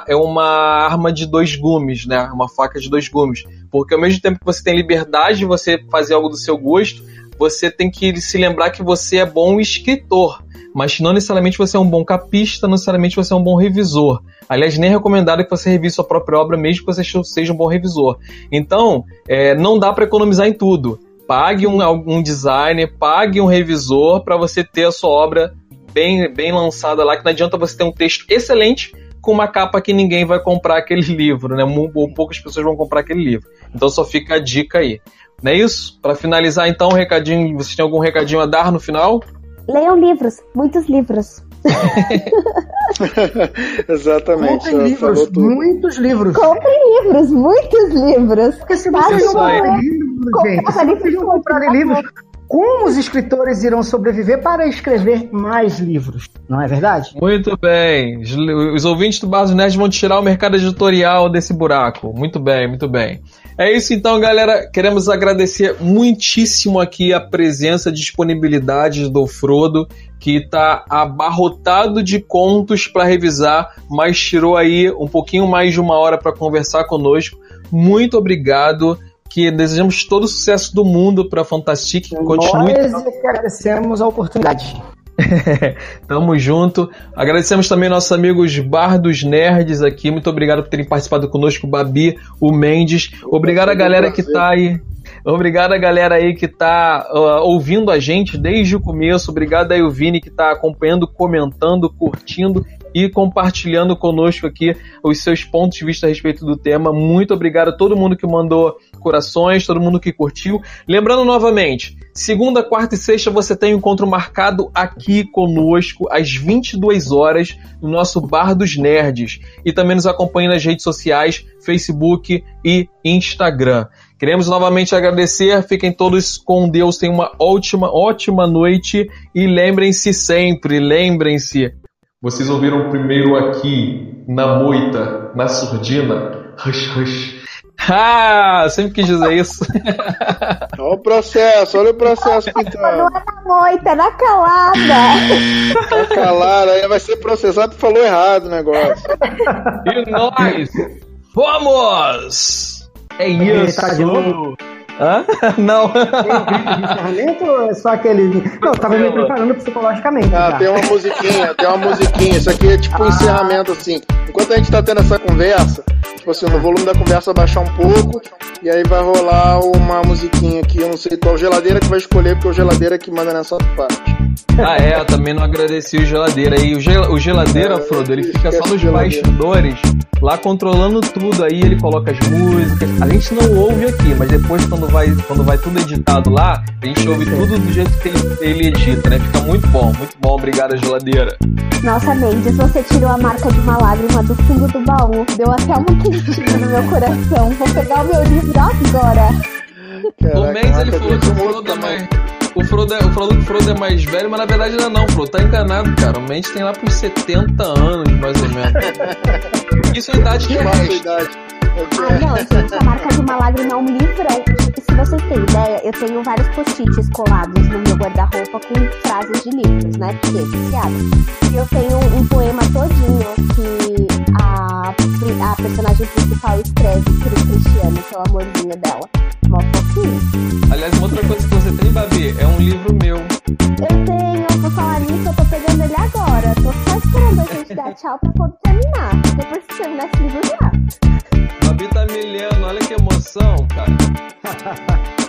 uma arma de dois gumes, né, uma faca de dois gumes, porque ao mesmo tempo que você tem liberdade de você fazer algo do seu gosto, você tem que se lembrar que você é bom escritor, mas não necessariamente você é um bom capista, não necessariamente você é um bom revisor. Aliás, nem é recomendado que você revise sua própria obra, mesmo que você seja um bom revisor. Então, não dá para economizar em tudo. Pague um designer, pague um revisor para você ter a sua obra bem lançada lá, que não adianta você ter um texto excelente com uma capa que ninguém vai comprar aquele livro, né? Ou poucas pessoas vão comprar aquele livro. Então só fica a dica aí. Não é isso? Para finalizar, então, recadinho, você tem algum recadinho a dar no final? Leiam livros, muitos livros. Exatamente. Comprem livros, muitos livros. Comprem livros, muitos livros. Porque se vocês não comprarem livros, gente, se vocês não comprarem livros, como os escritores irão sobreviver para escrever mais livros? Não é verdade? Muito bem. Os ouvintes do Bar dos Nerds vão tirar o mercado editorial desse buraco. Muito bem, muito bem. É isso então, galera. Queremos agradecer muitíssimo aqui a presença e disponibilidade do Frodo, que está abarrotado de contos para revisar, mas tirou aí um pouquinho mais de uma hora para conversar conosco. Muito obrigado. Que desejamos todo o sucesso do mundo para a Fantastic. Nós agradecemos a oportunidade. Tamo junto. Agradecemos também nossos amigos Bar dos Nerds aqui. Muito obrigado por terem participado conosco, o Babi, o Mendes. Obrigado a galera que tá aí. Obrigado a galera aí que tá ouvindo a gente desde o começo. Obrigado aí o Vini que tá acompanhando, comentando, curtindo e compartilhando conosco aqui os seus pontos de vista a respeito do tema. Muito obrigado a todo mundo que mandou corações, todo mundo que curtiu. Lembrando novamente, segunda, quarta e sexta você tem um encontro marcado aqui conosco às 22 horas no nosso Bar dos Nerds. E também nos acompanhe nas redes sociais, Facebook e Instagram. Queremos novamente agradecer, fiquem todos com Deus, tenham uma ótima noite e lembrem-se sempre, vocês ouviram primeiro aqui, na moita, na surdina, hush. Sempre quis dizer isso. Olha o processo pintando. Não é na moita, é na calada. Tá calada, aí vai ser processado e falou errado o negócio. E nós, vamos! É isso! Tá de novo? Hã? Não. Tem um grito de encerramento ou é só aquele... Não, eu tava me preparando psicologicamente. Tem uma musiquinha. Isso aqui é tipo um encerramento, assim. Enquanto a gente tá tendo essa conversa, tipo assim, no volume da conversa baixar um pouco, e aí vai rolar uma musiquinha aqui, eu não sei qual geladeira que vai escolher, porque é o geladeira que manda nessa parte. Eu também não agradeci o Geladeira. E o Geladeira, Frodo, ele fica só nos bastidores, lá controlando tudo. Aí ele coloca as músicas. A gente não ouve aqui, mas depois quando vai tudo editado lá, a gente ouve tudo do jeito que ele edita, né? Fica muito bom. Obrigado, Geladeira. Nossa, Mendes, você tirou a marca de uma lágrima do fundo do baú. Deu até uma quentinha no meu coração. Vou pegar o meu livro agora. O Mendes, ele falou que o Frodo é mais... O Frodo falou que o Frodo é mais velho, mas na verdade ainda não, Frodo. Tá enganado, cara. O Mendes tem lá pros 70 anos, mais ou menos. Isso é idade de resto. Não, gente, a marca de uma lágrima é um livrão. Se vocês têm ideia, eu tenho vários post-its colados no meu guarda-roupa com frases de livros, né? Porque e eu tenho um poema todinho que a personagem principal escreve pro Cristiano, que é o amorzinho dela. Mó fofinho. Aliás, uma outra coisa que você tem, Babi, é um livro meu. Eu tenho, vou falar nisso, eu tô pegando ele agora. Tô só esperando a gente dar tchau pra quando terminar. Depois que terminar esse livro já. Babi tá me lendo, olha que emoção, cara.